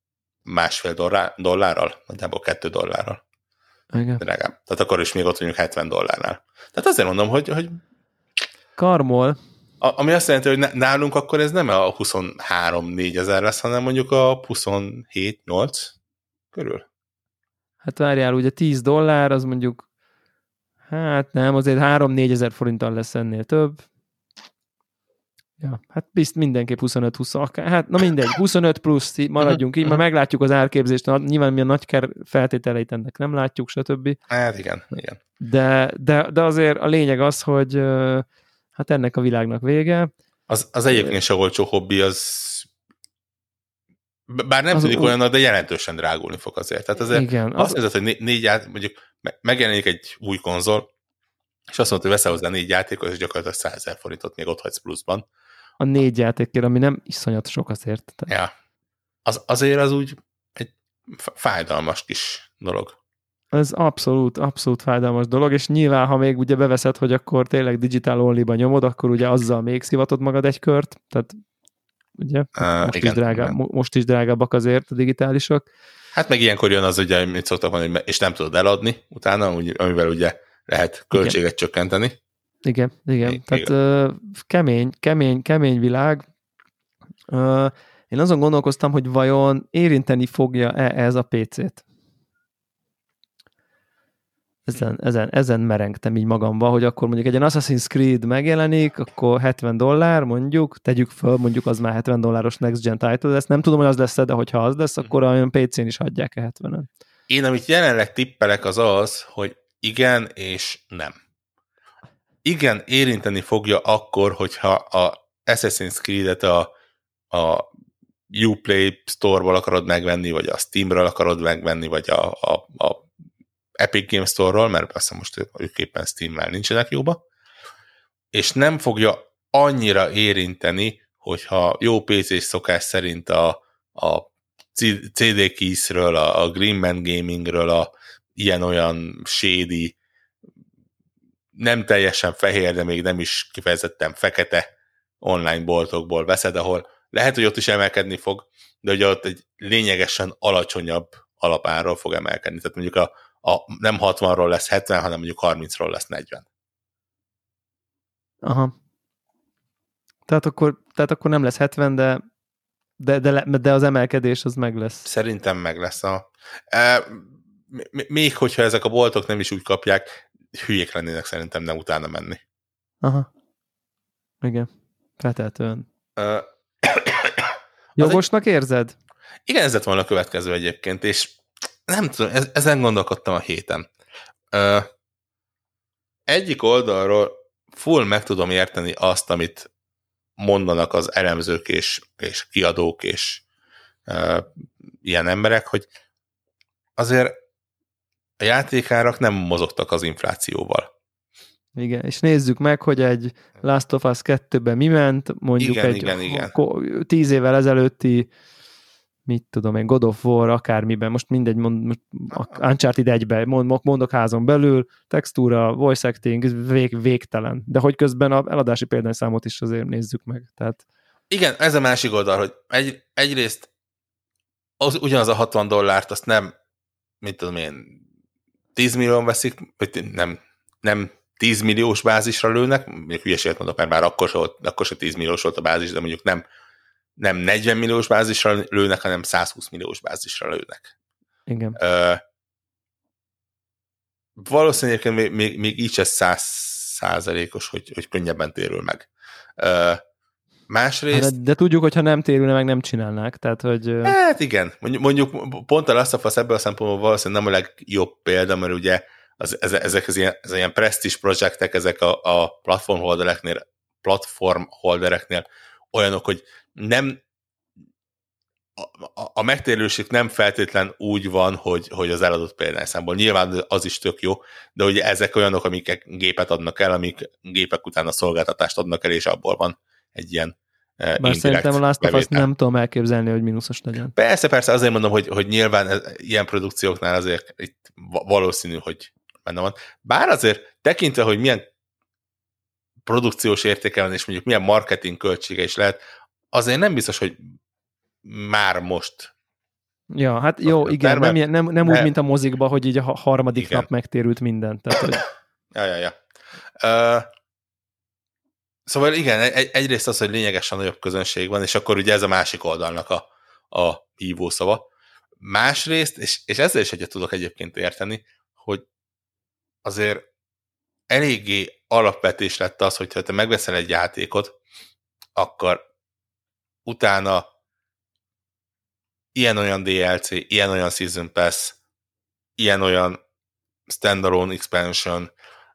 $1,5 nagyjából $2. Igen. Drágább. Tehát akkor is még ott vagyunk $70. Tehát azért mondom, hogy karmol. Ami azt jelenti, hogy nálunk akkor ez nem a 23-4 ezer lesz, hanem mondjuk a 27-8 körül. Hát várjál, ugye $10 az mondjuk Hát nem, azért 3-4 ezer forinttal lesz ennél több. Ja, hát mindenképp 25-20, akár, hát na mindegy, 25 plusz, maradjunk így, mert meglátjuk az árképzést, nyilván mi a nagy feltételeit ennek nem látjuk, stb. Hát igen. De azért a lényeg az, hogy hát ennek a világnak vége. Az egyébként se olcsó hobbi, az bár nem tűnik olyannak, de jelentősen drágulni fog azért. Tehát azért igen, azt nézed, hogy mondjuk megjelenik egy új konzol, és azt mondod, hogy veszel hozzá 4 játékot, és gyakorlatilag 100 000 forintot még ott hagysz pluszban. A 4 játékért, ami nem iszonyat sok azért. Ja. Azért az úgy egy fájdalmas kis dolog. Ez abszolút fájdalmas dolog, és nyilván, ha még ugye beveszed, hogy akkor tényleg digital only-ba nyomod, akkor ugye azzal még szivatod magad egy kört, tehát ugye most is drágábbak azért a digitálisok. Hát meg ilyenkor jön az, ugye, amit szoktak mondani, és nem tudod eladni utána, amivel ugye lehet költséget csökkenteni. Igen. Tehát kemény világ. Én azon gondolkoztam, hogy vajon érinteni fogja-e ez a PC-t. Ezen merengtem így magamba, hogy akkor mondjuk egy Assassin's Creed megjelenik, akkor $70 mondjuk, tegyük föl, mondjuk az már $70 Next Gen title lesz. Nem tudom, hogy az lesz, de hogyha az lesz, akkor olyan PC-n is hagyják 70-en. Én amit jelenleg tippelek az, hogy igen és nem. Igen, érinteni fogja akkor, hogyha a Assassin's Creed-et a Uplay Store-ból akarod megvenni, vagy a Steam-ről akarod megvenni, vagy a Epic Games Store-ról, mert azt most ők éppen Steam-mel nincsenek jóba, és nem fogja annyira érinteni, hogyha jó PC-s szokás szerint a CD Keys-ről, a Greenman Gaming-ről, a ilyen-olyan shady, nem teljesen fehér, de még nem is kifejezetten fekete online boltokból veszed, ahol lehet, hogy ott is emelkedni fog, de ugye ott egy lényegesen alacsonyabb alapárról fog emelkedni. Tehát mondjuk nem 60-ról lesz 70, hanem mondjuk 30-ról lesz 40. Aha. Tehát akkor nem lesz 70, de az emelkedés az meg lesz. Szerintem meg lesz. Még hogyha ezek a boltok nem is úgy kapják, hülyék lennének szerintem nem utána menni. Aha. Igen. Feltehetően. Jogosnak érzed? Igen, ez lett volna a következő egyébként, és nem tudom, ezen gondolkodtam a héten. Egyik oldalról full meg tudom érteni azt, amit mondanak az elemzők és kiadók és ilyen emberek, hogy azért a játékárak nem mozogtak az inflációval. Igen, és nézzük meg, hogy egy Last of Us 2-ben mi ment, mondjuk igen. 10 évvel ezelőtti, mit tudom én, God of War, akármiben, most mindegy, Uncharted 1-ben, mondok házon belül, textúra, voice acting, végtelen. De hogy közben a eladási példányszámot is azért nézzük meg. Tehát... Igen, ez a másik oldal, hogy egyrészt ugyanaz a $60 azt nem, mit tudom én, 10 millióan veszik, vagy nem 10 milliós bázisra lőnek, mondjuk hülyeséget mondok, mert már akkor se 10 milliós volt a bázis, de mondjuk nem 40 milliós bázisra lőnek, hanem 120 milliós bázisra lőnek. Igen. Valószínűleg még így ez 100%-os, hogy könnyebben térül meg. Másrészt... De tudjuk, hogyha nem térülne, meg nem csinálnák. Tehát, hogy... Hát igen. Mondjuk pont a Last of Us ebből a szempontból valószínűleg nem a legjobb példa, mert ugye ezek az ilyen prestige projektek, ezek a platform holdereknél olyanok, hogy nem a megtérülésük nem feltétlen úgy van, hogy az eladott példányszámból. Nyilván az is tök jó, de ugye ezek olyanok, amik gépet adnak el, amik gépek után a szolgáltatást adnak el, és abból van egy ilyen bár szerintem a Last of Us nem tudom elképzelni, hogy mínuszos legyen. Persze, azért mondom, hogy nyilván ilyen produkcióknál azért itt valószínű, hogy benne van. Bár azért tekintve, hogy milyen produkciós értéke van, és mondjuk milyen marketing költsége is lehet, azért nem biztos, hogy már most. Ja, hát jó, igen, nem úgy, mint a mozikba, hogy így a harmadik nap megtérült minden. Tehát, hogy... Ja. Szóval igen, egyrészt az, hogy lényegesen nagyobb közönség van, és akkor ugye ez a másik oldalnak a hívószava. Másrészt, és ezzel is egyet tudok egyébként érteni, hogy azért eléggé alapvetés lett az, hogyha te megveszel egy játékot, akkor utána ilyen-olyan DLC, ilyen-olyan Season Pass, ilyen-olyan standalone expansion,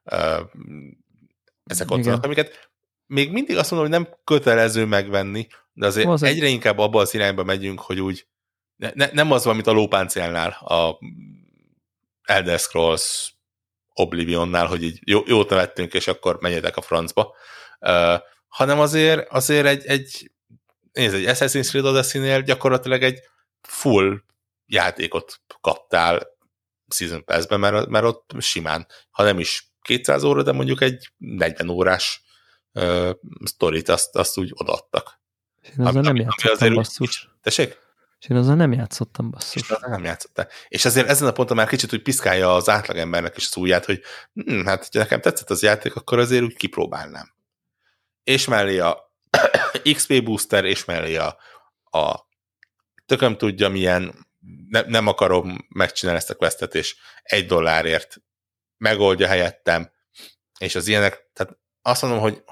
ezek ott vannak, amiket még mindig azt mondom, hogy nem kötelező megvenni, de azért egyre inkább abba az irányba megyünk, hogy úgy nem az van, mint a lópáncélnál, a Elder Scrolls Oblivionnál, hogy így jót nevettünk, és akkor menjetek a francba, hanem azért egy Assassin's Creed Odyssey-nél gyakorlatilag egy full játékot kaptál Season Pass-ben, mert ott simán, ha nem is 200 óra, de mondjuk egy 40 órás sztorit azt úgy odaadtak. Én azzal nem játszottam, basszus. Tessék? És én azzal nem játszottam, basszus. Nem játszottál. És azért ezen a ponton már kicsit úgy piszkálja az átlagembernek is az ujját, hogy hát, ha nekem tetszett az játék, akkor azért úgy kipróbálnám. És mellé a XP booster, és mellé a tököm tudja milyen, nem akarom megcsinálni ezt a questet, és $1 megoldja helyettem, és az ilyenek, tehát azt mondom,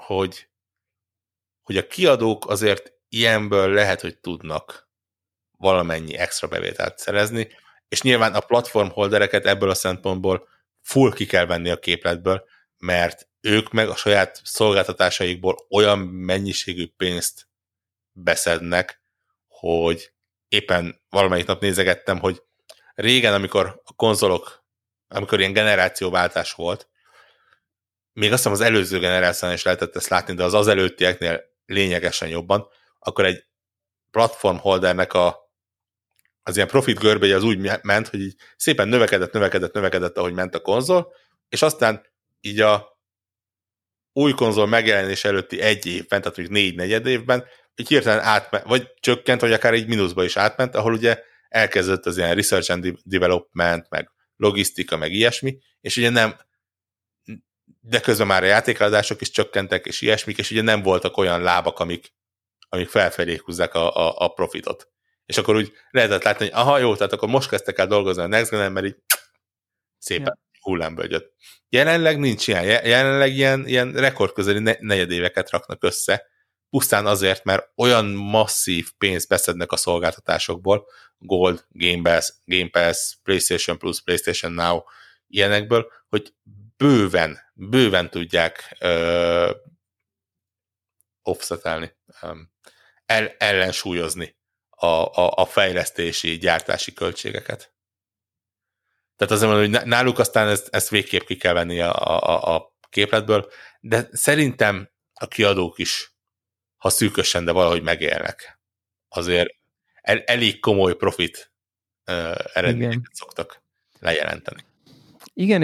hogy a kiadók azért ilyenből lehet, hogy tudnak valamennyi extra bevételt szerezni, és nyilván a platformholdereket ebből a szempontból full ki kell venni a képletből, mert ők meg a saját szolgáltatásaikból olyan mennyiségű pénzt beszednek, hogy éppen valamelyik nap nézegettem, hogy régen, amikor a konzolok, amikor ilyen generációváltás volt, még azt hiszem az előző generációnál is lehetett ezt látni, de az előttieknél lényegesen jobban, akkor egy platformholdernek az ilyen profit görbeje az úgy ment, hogy így szépen növekedett, ahogy ment a konzol, és aztán így a új konzol megjelenés előtti egy évben, tehát mondjuk 4 negyed évben, így hirtelen átment, vagy csökkent, vagy akár egy mínuszba is átment, ahol ugye elkezdett az ilyen research and development, meg logisztika, meg ilyesmi, és ugye nem, de közben már a játékeladások is csökkentek, és ilyesmik, és ugye nem voltak olyan lábak, amik felfelé húzzák a profitot. És akkor úgy lehetett látni, hogy aha, jó, tehát akkor most kezdtek el dolgozni a Next Gen-en, mert így szépen hullámba jött. Jelenleg nincs ilyen. Jelenleg ilyen rekordközeli negyedéveket raknak össze, pusztán azért, mert olyan masszív pénzt beszednek a szolgáltatásokból, Gold, Game Pass, PlayStation Plus, PlayStation Now, ilyenekből, hogy bőven tudják offsetelni, ellensúlyozni a fejlesztési, gyártási költségeket. Tehát azért mondom, hogy náluk aztán ezt végképp ki kell venni a képletből, de szerintem a kiadók is, ha szűkösen, de valahogy megélnek. Azért elég komoly profit eredményeket szoktak lejelenteni. Igen,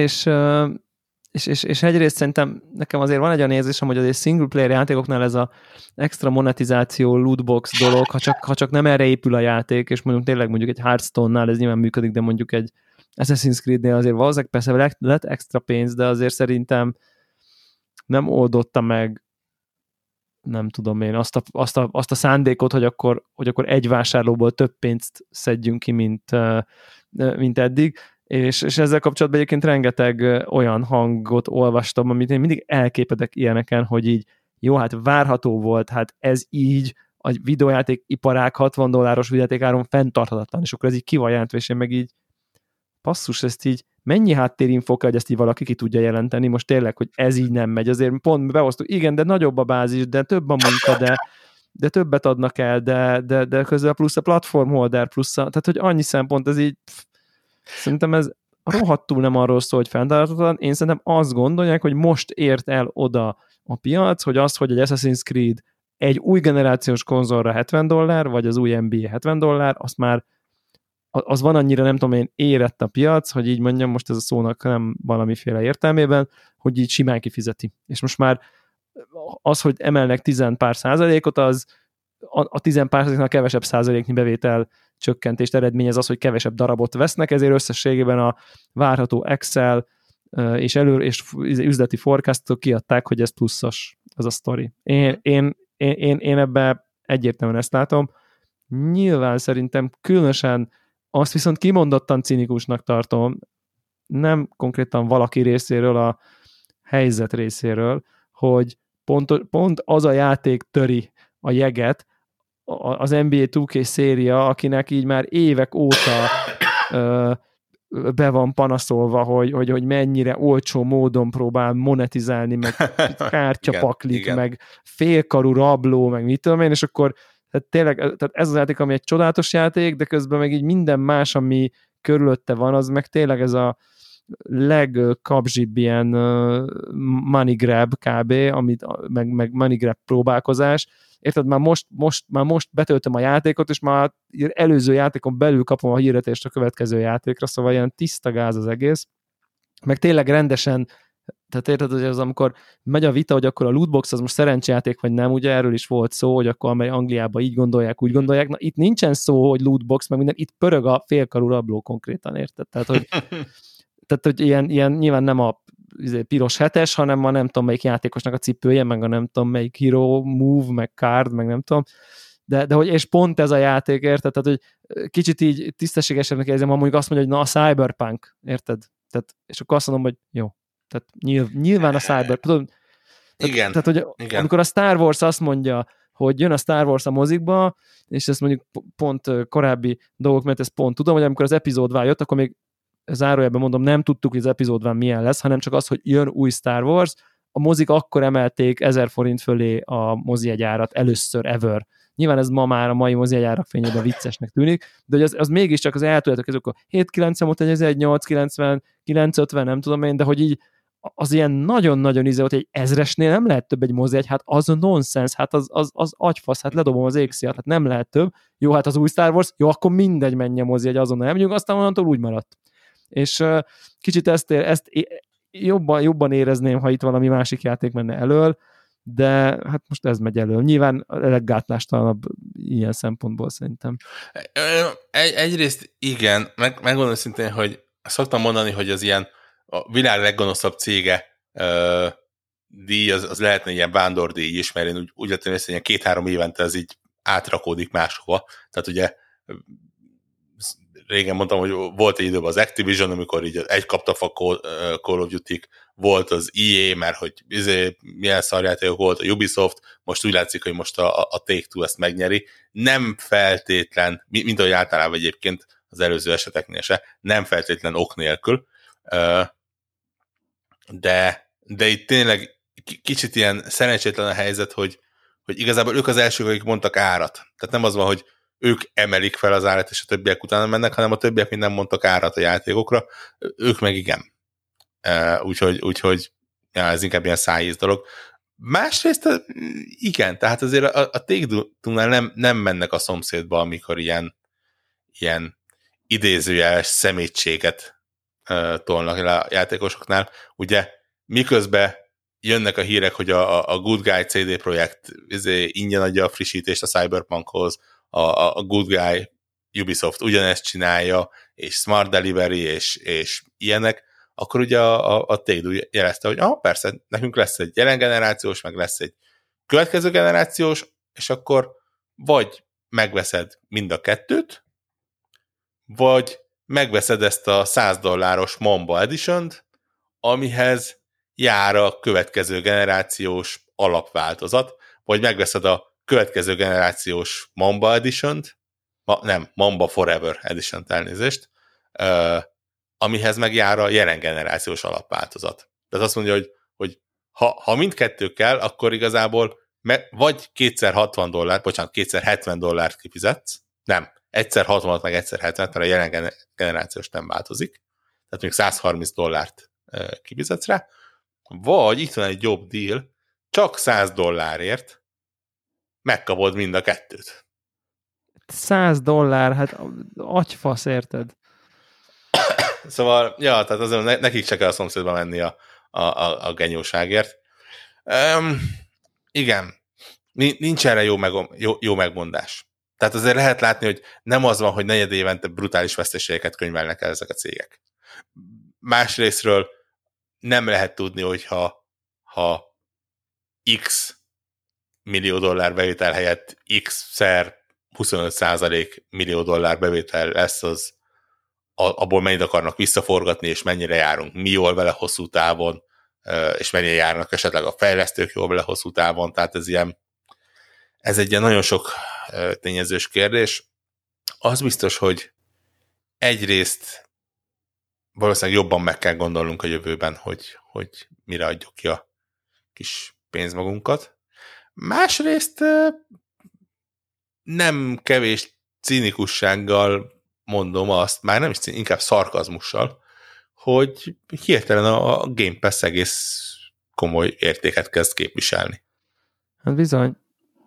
és egyrészt szerintem nekem azért van egy olyan érzésem, hogy azért single player játékoknál ez az extra monetizáció, lootbox dolog, ha csak nem erre épül a játék, és mondjuk egy Hearthstone-nál ez nyilván működik, de mondjuk egy Assassin's Creed-nél azért valószínűleg persze lett extra pénz, de azért szerintem nem oldotta meg, nem tudom én, azt a szándékot, hogy akkor egy vásárlóból több pénzt szedjünk ki, mint eddig. És ezzel kapcsolatban egyébként rengeteg olyan hangot olvastam, amit én mindig elképedek ilyeneken, hogy így jó, hát várható volt, hát ez így a videójáték iparág $60 videójátékáron fenntarthatatlan, és akkor ez így ki van jelentve, és én meg így passzus, ezt így mennyi háttérinfó kell, hogy ezt így valaki ki tudja jelenteni, most tényleg, hogy ez így nem megy, azért pont behoztuk, igen, de nagyobb a bázis, de több a munka, de többet adnak el, de közben plusz a platformholder, tehát hogy annyi szempont, ez így szerintem ez rohadtul nem arról szól, hogy fenntarthatatlan. Én szerintem azt gondolják, hogy most ért el oda a piac, hogy hogy egy Assassin's Creed egy új generációs konzolra $70, vagy az új NBA $70, azt már az van annyira, nem tudom én, érett a piac, hogy így mondjam, most ez a szónak nem valamiféle értelmében, hogy így simán kifizeti. És most már az, hogy emelnek 10 pár százalékot, az a 10 pár százaléknál kevesebb százaléknyi bevétel csökkentést eredményez az, hogy kevesebb darabot vesznek, ezért összességében a várható Excel és üzleti forecastok kiadták, hogy ez pluszos, az a sztori. Én ebben egyértelműen ezt látom. Nyilván szerintem különösen azt viszont kimondottan cinikusnak tartom, nem konkrétan valaki részéről helyzet részéről, hogy pont az a játék töri a jeget, az NBA 2K széria, akinek így már évek óta be van panaszolva, hogy mennyire olcsó módon próbál monetizálni, meg kártyapaklik, igen. meg félkarú rabló, meg mit tudom én, és akkor tehát tényleg tehát ez az játék, ami egy csodálatos játék, de közben meg így minden más, ami körülötte van, az meg tényleg ez a legkapzsibb ilyen money grab kb, meg money grab próbálkozás. Érted, már most betöltöm a játékot, és már előző játékon belül kapom a hirdetést a következő játékra, szóval ilyen tiszta gáz az egész. Meg tényleg rendesen, tehát érted, hogy az, amikor megy a vita, hogy akkor a lootbox az most szerencsejáték, vagy nem, ugye erről is volt szó, hogy akkor amely Angliában így gondolják, úgy gondolják. Na, itt nincsen szó, hogy lootbox, meg minden, itt pörög a félkarú rabló konkrétan, érted? Tehát, hogy ilyen nyilván nem a piros hetes, hanem a nem tudom melyik játékosnak a cipője, meg a nem tudom melyik hero move, meg card, meg nem tudom. De hogy, és pont ez a játék, érted? Tehát, hogy kicsit így tisztességesebbnek érzem, ha mondjuk azt mondja, hogy na a Cyberpunk, érted? Tehát, és akkor azt mondom, hogy jó. Tehát nyilván a Cyberpunk. Igen. Tehát, hogy igen. amikor a Star Wars azt mondja, hogy jön a Star Wars a mozikba, és ezt mondjuk pont korábbi dolgok, mert ezt pont tudom, hogy amikor az epizódvá jött, akkor még zárójelben mondom, nem tudtuk, hogy az epizódban milyen lesz, hanem csak az, hogy jön új Star Wars, a mozik akkor emelték 1000 forint fölé a mozijegyárat először ever. Nyilván ez ma már a mai mozijegyárak fényében viccesnek tűnik, de hogy az mégiscsak az eltűnetek, ezek a 7,90 volt, ez egy 8,90, 9,50, nem tudom én, de hogy így az ilyen nagyon-nagyon volt, hogy egy 1000-esnél nem lehet több egy mozijegy, hát az nonsens, hát az agyfasz, hát ledobom az égszíjat, hát nem lehet több. Jó, hát az új Star Wars, jó, akkor mindegy, menjen mozijegy, azonnal nem megyünk, aztán onnantól úgy maradt. És kicsit ezt jobban érezném, ha itt valami másik játék menne elől, de hát most ez megy elől. Nyilván a leggátlástalanabb ilyen szempontból szerintem. Egyrészt igen, megmondom szintén, hogy szoktam mondani, hogy az ilyen a világ leggonoszabb cége díj, az lehetne ilyen vándordíj is, mert én úgy lettem észre, hogy 2-3 évente ez így átrakódik máshova. Tehát ugye régen mondtam, hogy volt egy időben az Activision, amikor így egy kaptak a Call of Duty-k, volt az EA, mert hogy milyen szarjátékok volt, a Ubisoft, most úgy látszik, hogy most a Take-Two ezt megnyeri. Nem feltétlen, mint ahogy általában egyébként az előző eseteknél se, nem feltétlen ok nélkül, de itt tényleg kicsit ilyen szerencsétlen a helyzet, hogy igazából ők az elsők, akik mondtak árat. Tehát nem az van, hogy ők emelik fel az árat, és a többiek utána mennek, hanem a többiek mind nem mondtak árat a játékokra, ők meg igen. Úgyhogy ja, ez inkább ilyen szájíz dolog. Másrészt igen, tehát azért a Take-Two-nál nem mennek a szomszédba, amikor ilyen idézőjeles szemétséget tolnak le a játékosoknál. Ugye miközben jönnek a hírek, hogy a Good Guy CD Projekt ingyen adja a frissítést a Cyberpunkhoz, a Good Guy Ubisoft ugyanezt csinálja, és Smart Delivery, és ilyenek, akkor ugye a Take-Two jelezte, hogy persze, nekünk lesz egy jelen generációs, meg lesz egy következő generációs, és akkor vagy megveszed mind a kettőt, vagy megveszed ezt a $100 Mamba Edition-t, amihez jár a következő generációs alapváltozat, vagy megveszed a következő generációs Mamba Edition-t, Mamba Forever Edition-t, elnézést, amihez meg jár a jelen generációs alapváltozat. Tehát azt mondja, hogy ha mindkettő kell, akkor igazából vagy kétszer $70 kifizetsz, nem, egyszer 60-at, meg egyszer 70-et, mert a jelen generációs nem változik, tehát még $130 kifizetsz rá, vagy itt van egy jobb deal, csak $100 megkapod mind a kettőt. $100, hát agyfasz, érted? Szóval, ja, tehát azért nekik se kell a szomszédba menni a genyóságért. Igen, nincs erre jó megmondás. Tehát azért lehet látni, hogy nem az van, hogy negyed évente brutális veszteségeket könyvelnek el ezek a cégek. Másrésztről nem lehet tudni, hogyha X millió dollár bevétel helyett X-szer 25% millió dollár bevétel lesz, az abból mennyit akarnak visszaforgatni, és mennyire járunk mi jól vele hosszú távon, és mennyire járnak esetleg a fejlesztők jobb le hosszú távon, tehát ez egy ilyen nagyon sok tényezős kérdés. Az biztos, hogy egyrészt valószínűleg jobban meg kell gondolnunk a jövőben, hogy mire adjuk ki a kis pénzmagunkat. Másrészt nem kevés cinikussággal mondom azt, már nem is inkább szarkazmussal, hogy hirtelen a Game Pass egész komoly értéket kezd képviselni. Hát bizony.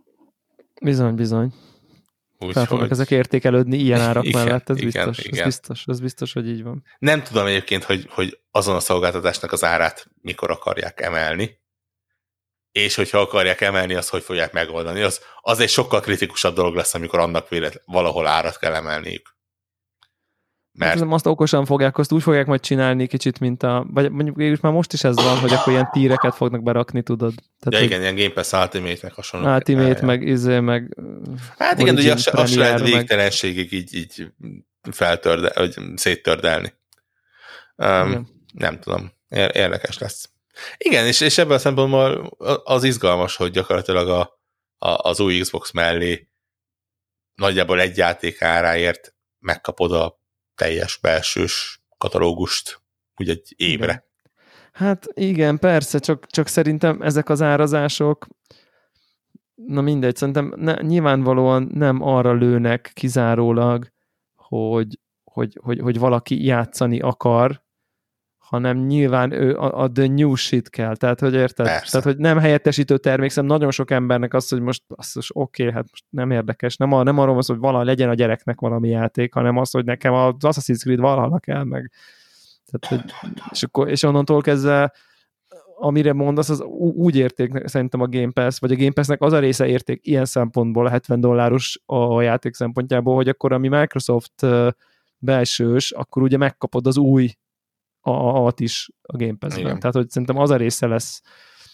Fel fognak ezek értékelődni ilyen árak mellett, ez biztos, hogy így van. Nem tudom egyébként, hogy azon a szolgáltatásnak az árát mikor akarják emelni, és hogyha akarják emelni, azt hogy fogják megoldani. Az egy sokkal kritikusabb dolog lesz, amikor annak valahol árat kell emelniük. Mert hát azt okosan fogják, azt úgy fogják majd csinálni kicsit, mint vagy mondjuk már most is ez van, hogy akkor ilyen tíreket fognak berakni, tudod. Tehát, igen, ilyen Game Pass Ultimate-nek hasonló. Ultimate, meg hát igen, ugye azt lehet végtelenségig így vagy széttördelni. Nem tudom, érdekes lesz. Igen, és ebből a szempontból az izgalmas, hogy gyakorlatilag az új Xbox mellé nagyjából egy játék áráért megkapod a teljes belsős katalógust úgy egy évre. Igen. Hát igen, persze, csak szerintem ezek az árazások, na mindegy, szerintem nyilvánvalóan nem arra lőnek kizárólag, hogy valaki játszani akar, hanem nyilván a the new shit kell, tehát hogy érted? Persze. Tehát, hogy nem helyettesítő termék, szerintem nagyon sok embernek az, hogy most oké, hát most nem érdekes, nem arról van szó, hogy valahogy legyen a gyereknek valami játék, hanem az, hogy nekem az Assassin's Creed Valhalla kell meg. Tehát, és onnantól kezdve amire mondasz, az úgy érték szerintem a Game Pass, vagy a Game Passnek az a része érték ilyen szempontból a $70 a játék szempontjából, hogy akkor ami Microsoft belsős, akkor ugye megkapod az új is a Game Pass-ben. Igen. Tehát, hogy szerintem az a része lesz.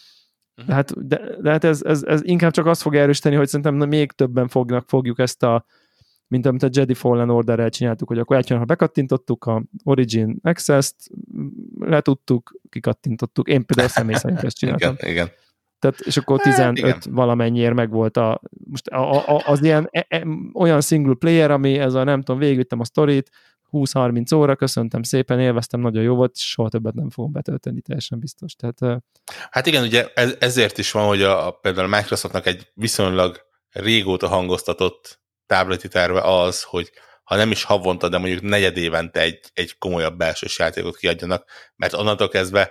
De hát ez inkább csak azt fog erősíteni, hogy szerintem még többen fogjuk ezt mint amit a Jedi Fallen Order-rel csináltuk, hogy akkor ha bekattintottuk a Origin Access-t, letudtuk, kikattintottuk. Én például személy szerint ezt csináltam. Igen. Tehát, és akkor 15 valamennyiért meg volt most az ilyen olyan single player, ami ez a nem tudom, végigvittem a sztorit, 20-30 óra, köszöntem szépen, élveztem, nagyon jó volt, és soha többet nem fogom betölteni, teljesen biztos. Tehát, hát igen, ugye ezért is van, hogy például a Microsoftnak egy viszonylag régóta hangoztatott tábleti terve az, hogy ha nem is havonta, de mondjuk negyedévente egy komolyabb belsős játékot kiadjanak, mert onnantól kezdve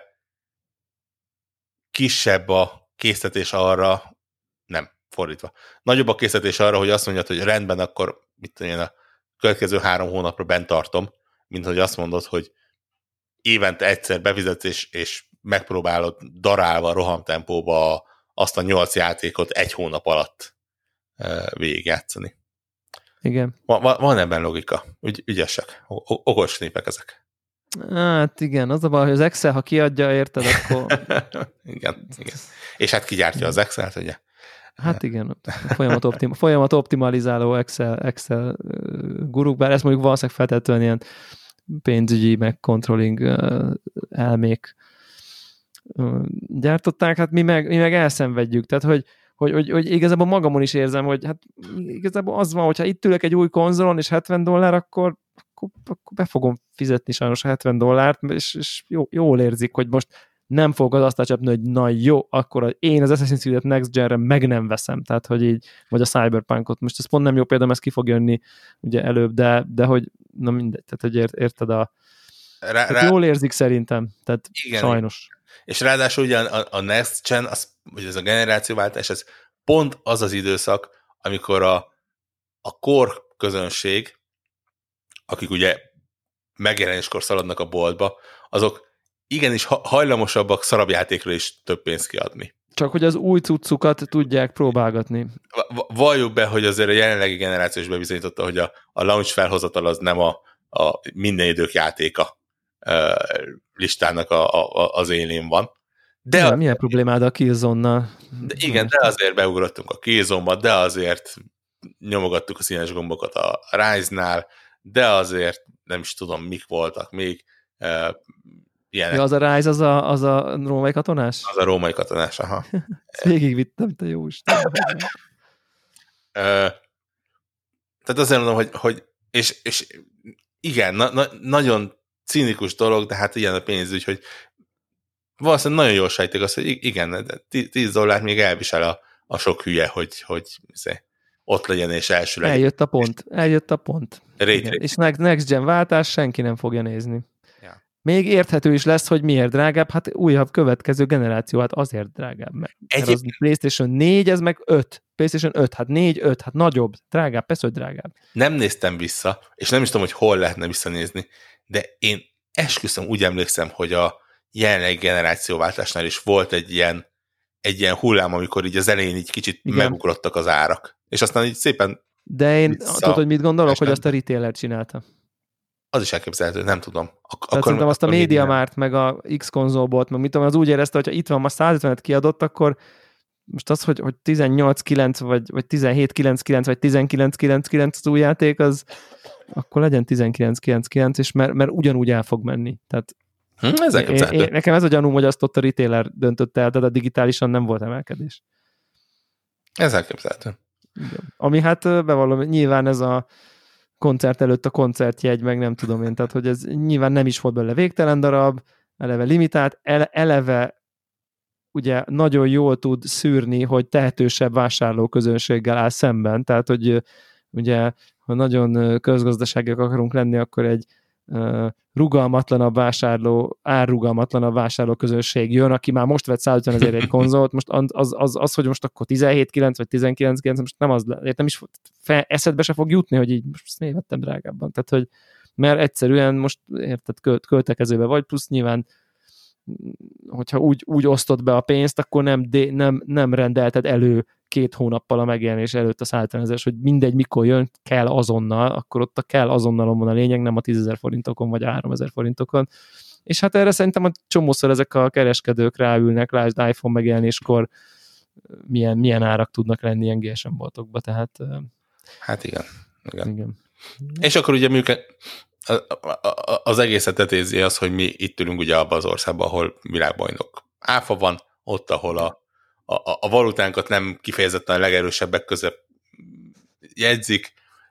kisebb a késztetés arra, nem, fordítva, nagyobb a késztetés arra, hogy azt mondjad, hogy rendben, akkor mit tudom én, a következő 3 hónapra bent tartom, mint hogy azt mondod, hogy évente egyszer befizetsz, és megpróbálod darálva, rohamtempóba azt a 8 játékot 1 hónap alatt végigjátszani. Igen. Van ebben logika. Ügyesek. Okos népek ezek. Hát igen, az a baj, hogy az Excel, ha kiadja, érted, akkor... igen. És hát kigyártja az Excel-t, ugye? Hát igen, folyamat optimalizáló Excel guruk, bár ezt mondjuk valószínűleg feltétlenül ilyen pénzügyi, meg controlling elmék gyártották, hát mi meg elszenvedjük, tehát hogy igazából magamon is érzem, hogy hát igazából az van, hogyha itt ülök egy új konzolon, és $70, akkor be fogom fizetni sajnos a $70, és jól érzik, hogy most nem fogok az azt csapni, hogy na jó, akkor én az Assassin's Creed-et Next Gen-re meg nem veszem, tehát hogy így, vagy a Cyberpunkot. Most ez pont nem jó példa, mert ez ki fog jönni ugye előbb, de hogy na mindegy, tehát hogy érted jól érzik szerintem, tehát igen, sajnos. És ráadásul ugye a Next Gen, vagy ez a generációváltás, ez pont az az időszak, amikor a core közönség, akik ugye megjelenéskor szaladnak a boltba, azok igenis hajlamosabbak szarabjátékra is több pénzt kiadni. Csak hogy az új cuccukat tudják próbálgatni. Valljuk be, hogy azért a jelenlegi generáció is bebizonyította, hogy a launch felhozatal az nem a minden idők játéka listának az élén van. De milyen problémád a Killzone-nal? Igen, de azért beugrottunk a Killzone-ba, de azért nyomogattuk a színes gombokat a Rise-nál, de azért nem is tudom, mik voltak még, ilyenek. Ja, az a Rise, az a római katonás? Az a római katonás, aha. Ezt végigvittem, te jó Isten. Tehát azért mondom, hogy és igen, nagyon cínikus dolog, de hát ilyen a pénzügy, hogy valószínűleg nagyon jól sejtik azt, hogy igen, $10 még elvisel a sok hülye, hogy ott legyen és első legyen. Eljött a pont. És Next Gen váltás senki nem fogja nézni. Ja. Még érthető is lesz, hogy miért drágább, hát újabb következő generáció, hát azért drágább. Mert az PlayStation 4, ez meg 5. PlayStation 5, hát 4, 5, hát nagyobb, drágább, persze, hogy drágább. Nem néztem vissza, és nem is tudom, hogy hol lehetne visszanézni, de én esküszöm, úgy emlékszem, hogy a jelenlegi generációváltásnál is volt egy ilyen hullám, amikor így az elején így kicsit megugrottak az árak. És aztán így szépen de én tudod, hogy mit gondolok, hogy azt a retailer csinálta. Az is elképzelhető, nem tudom. Tehát szerintem azt a MediaMarkt, meg a X-konzolbolt, meg mit tudom, az úgy érezte, hogy ha itt van, ma 150-et kiadott, akkor most az, hogy 18.9, vagy 17.99, vagy 19.99 az új játék, az akkor legyen 19.99, és mert ugyanúgy el fog menni. Tehát nekem ez a gyanúm, hogy azt ott a retailer döntött el, tehát a digitálisan nem volt emelkedés. Ez elképzelhető. Ami hát bevallom, nyilván ez a koncert előtt a koncertjegy, meg nem tudom én, tehát hogy ez nyilván nem is volt belőle végtelen darab, eleve limitált, eleve ugye nagyon jól tud szűrni, hogy tehetősebb vásárlóközönséggel áll szemben, tehát hogy ugye, ha nagyon közgazdaságiak akarunk lenni, akkor egy rugalmatlanabb árrugalmatlanabb vásárlóközönség jön, aki már most vett 150 000 egy konzolt, most az, hogy most akkor 17.9 vagy 19.9, most nem az, nem is eszedbe se fog jutni, hogy így most miért vettem drágábban. Tehát, hogy mert egyszerűen most érted, költekezőbe vagy, plusz nyilván hogyha úgy osztod be a pénzt, akkor nem rendelted elő 2 hónappal a megjelenés előtt a 150 000, hogy mindegy, mikor jön, kell azonnal, akkor ott a kell azonnalon van a lényeg, nem a 10.000 forintokon, vagy 3.000 forintokon. És hát erre szerintem a csomószor ezek a kereskedők ráülnek, lásd iPhone megjelenéskor milyen árak tudnak lenni ilyen GSM boltokba, tehát... Hát igen. És akkor ugye az egészet tetézi az, hogy mi itt ülünk ugye abban az országban, ahol világbajnok áfa van, ott, ahol a valutánkat nem kifejezetten a legerősebbek között jegyzik,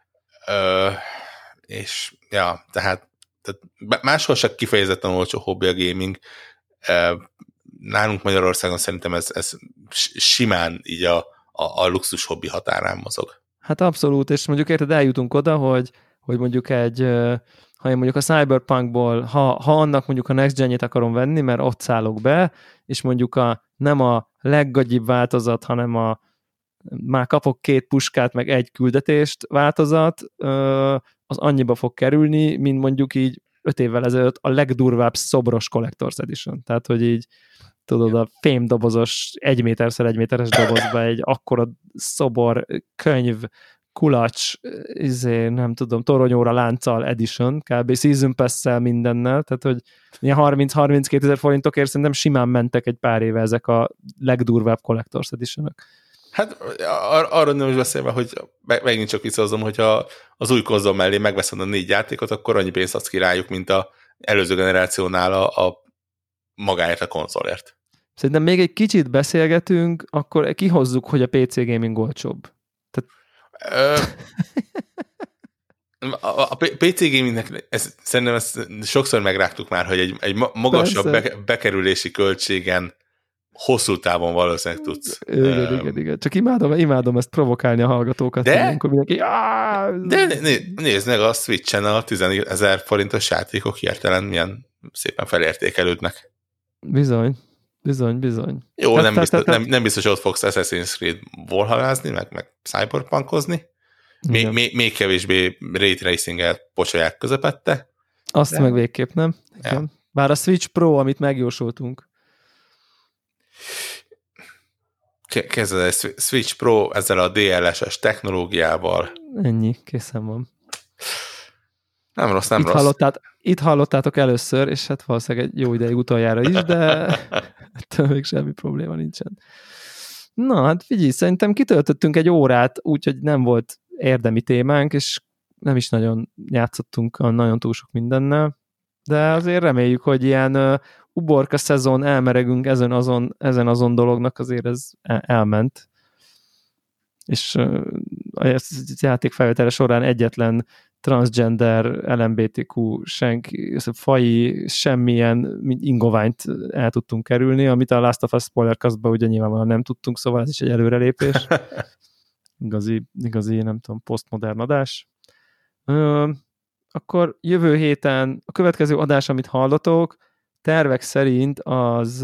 és ja, tehát máshol se kifejezetten olcsó hobbi a gaming. Nálunk Magyarországon szerintem ez simán így a luxus hobbi határán mozog. Hát abszolút, és mondjuk érted, eljutunk oda, hogy mondjuk ha én mondjuk a Cyberpunkból, ha annak mondjuk a Next Gen-jét akarom venni, mert ott szállok be, és mondjuk nem a leggagyibb változat, hanem már kapok 2 puskát, meg 1 küldetést változat, az annyiba fog kerülni, mint mondjuk így 5 évvel ezelőtt a legdurvább szobros Collector's Edition. Tehát, hogy így tudod, a fémdobozos 1 méter-1 méteres dobozba egy akkora szobor, könyv, kulacs, nem tudom, toronyóra lánccal edition, kb. Season Pass-szel mindennel, tehát hogy ilyen 30-32 000 forintokért szerintem simán mentek egy pár éve ezek a legdurvább Collector's Edition-ök. Hát arra nem is beszélve, hogy megint csak visszahozom, hogyha az új konzol mellé megveszed a 4 játékot, akkor annyi pénzt adsz ki rájuk, mint az előző generációnál a magáért a konzolért. Szerintem még egy kicsit beszélgetünk, akkor kihozzuk, hogy a PC gaming olcsóbb. A PC gamingnek szerintem ezt sokszor megrágtuk már, hogy egy magasabb bekerülési költségen hosszú távon valószínűleg tudsz. Igen. Csak imádom ezt provokálni a hallgatókat. De nézd meg a Switch-en a 10 000 forintos játékok hirtelen milyen szépen felértékelődnek. Bizony. Jó, nem biztos, hogy ott fogsz Assassin's Creed Valhallázni, meg Cyberpunkozni. Még kevésbé Ray Tracing-el pocsolják közepette. Azt meg végképp nem. Ja. Bár a Switch Pro, amit megjósoltunk. Kezded egy Switch Pro ezzel a DLSS technológiával. Ennyi, készen van. Nem rossz. Itt hallottátok először, és hát valószínűleg egy jó ideig utoljára is, de ettől még semmi probléma nincsen. Na, hát figyelj, szerintem kitöltöttünk egy órát, úgyhogy nem volt érdemi témánk, és nem is nagyon játszottunk nagyon túl sok mindennel. De azért reméljük, hogy ilyen uborka szezon, elmeregünk ezen azon dolognak, azért ez elment. És a játékfelvétele során egyetlen transgender, LMBTQ, faji, semmilyen ingoványt el tudtunk kerülni, amit a Last of Us spoilercastban ugye nyilvánvalóan nem tudtunk, szóval ez is egy előrelépés. Igazi, nem tudom, posztmodern adás. Akkor jövő héten a következő adás, amit hallotok, tervek szerint az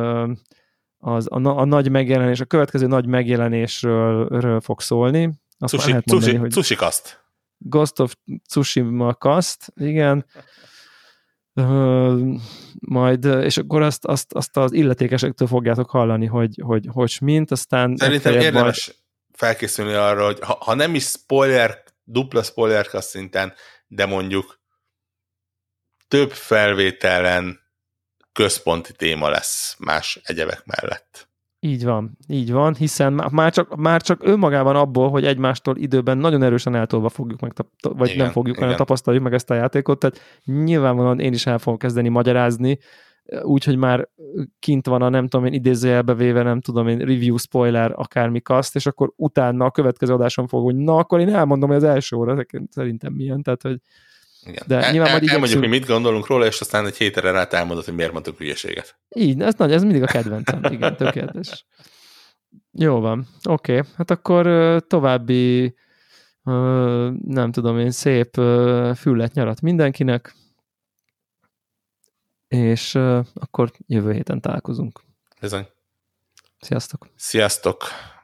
a nagy megjelenés, a következő nagy megjelenésről fog szólni. Tsushikast. Ghost of Tsushima Cast, igen. Majd, és akkor azt az illetékesektől fogjátok hallani, hogy mint, aztán... Szerintem érdemes felkészülni arra, hogy ha nem is dupla spoilercast szinten, de mondjuk több felvételen központi téma lesz más egyebek mellett. Így van, hiszen már csak önmagában abból, hogy egymástól időben nagyon erősen eltolva fogjuk meg, vagy igen, nem fogjuk, hanem tapasztaljuk meg ezt a játékot, tehát nyilvánvalóan én is el fogom kezdeni magyarázni, úgyhogy már kint van a nem tudom én idézőjelbe véve, nem tudom én review, spoiler, akármi kaszt, és akkor utána a következő adáson fogom, hogy na, akkor én elmondom, hogy az első óra szerintem milyen, tehát hogy igen. De nyilván elmondjuk, hogy mit gondolunk róla, és aztán egy hétre rá elmondod, hogy miért mondtuk hülyeséget. Így, ez mindig a kedvencem. Igen, tökéletes. Jó van, oké. Hát akkor további nem tudom én, szép füllet nyarat mindenkinek, és akkor jövő héten találkozunk. Bizony. Sziasztok! Sziasztok!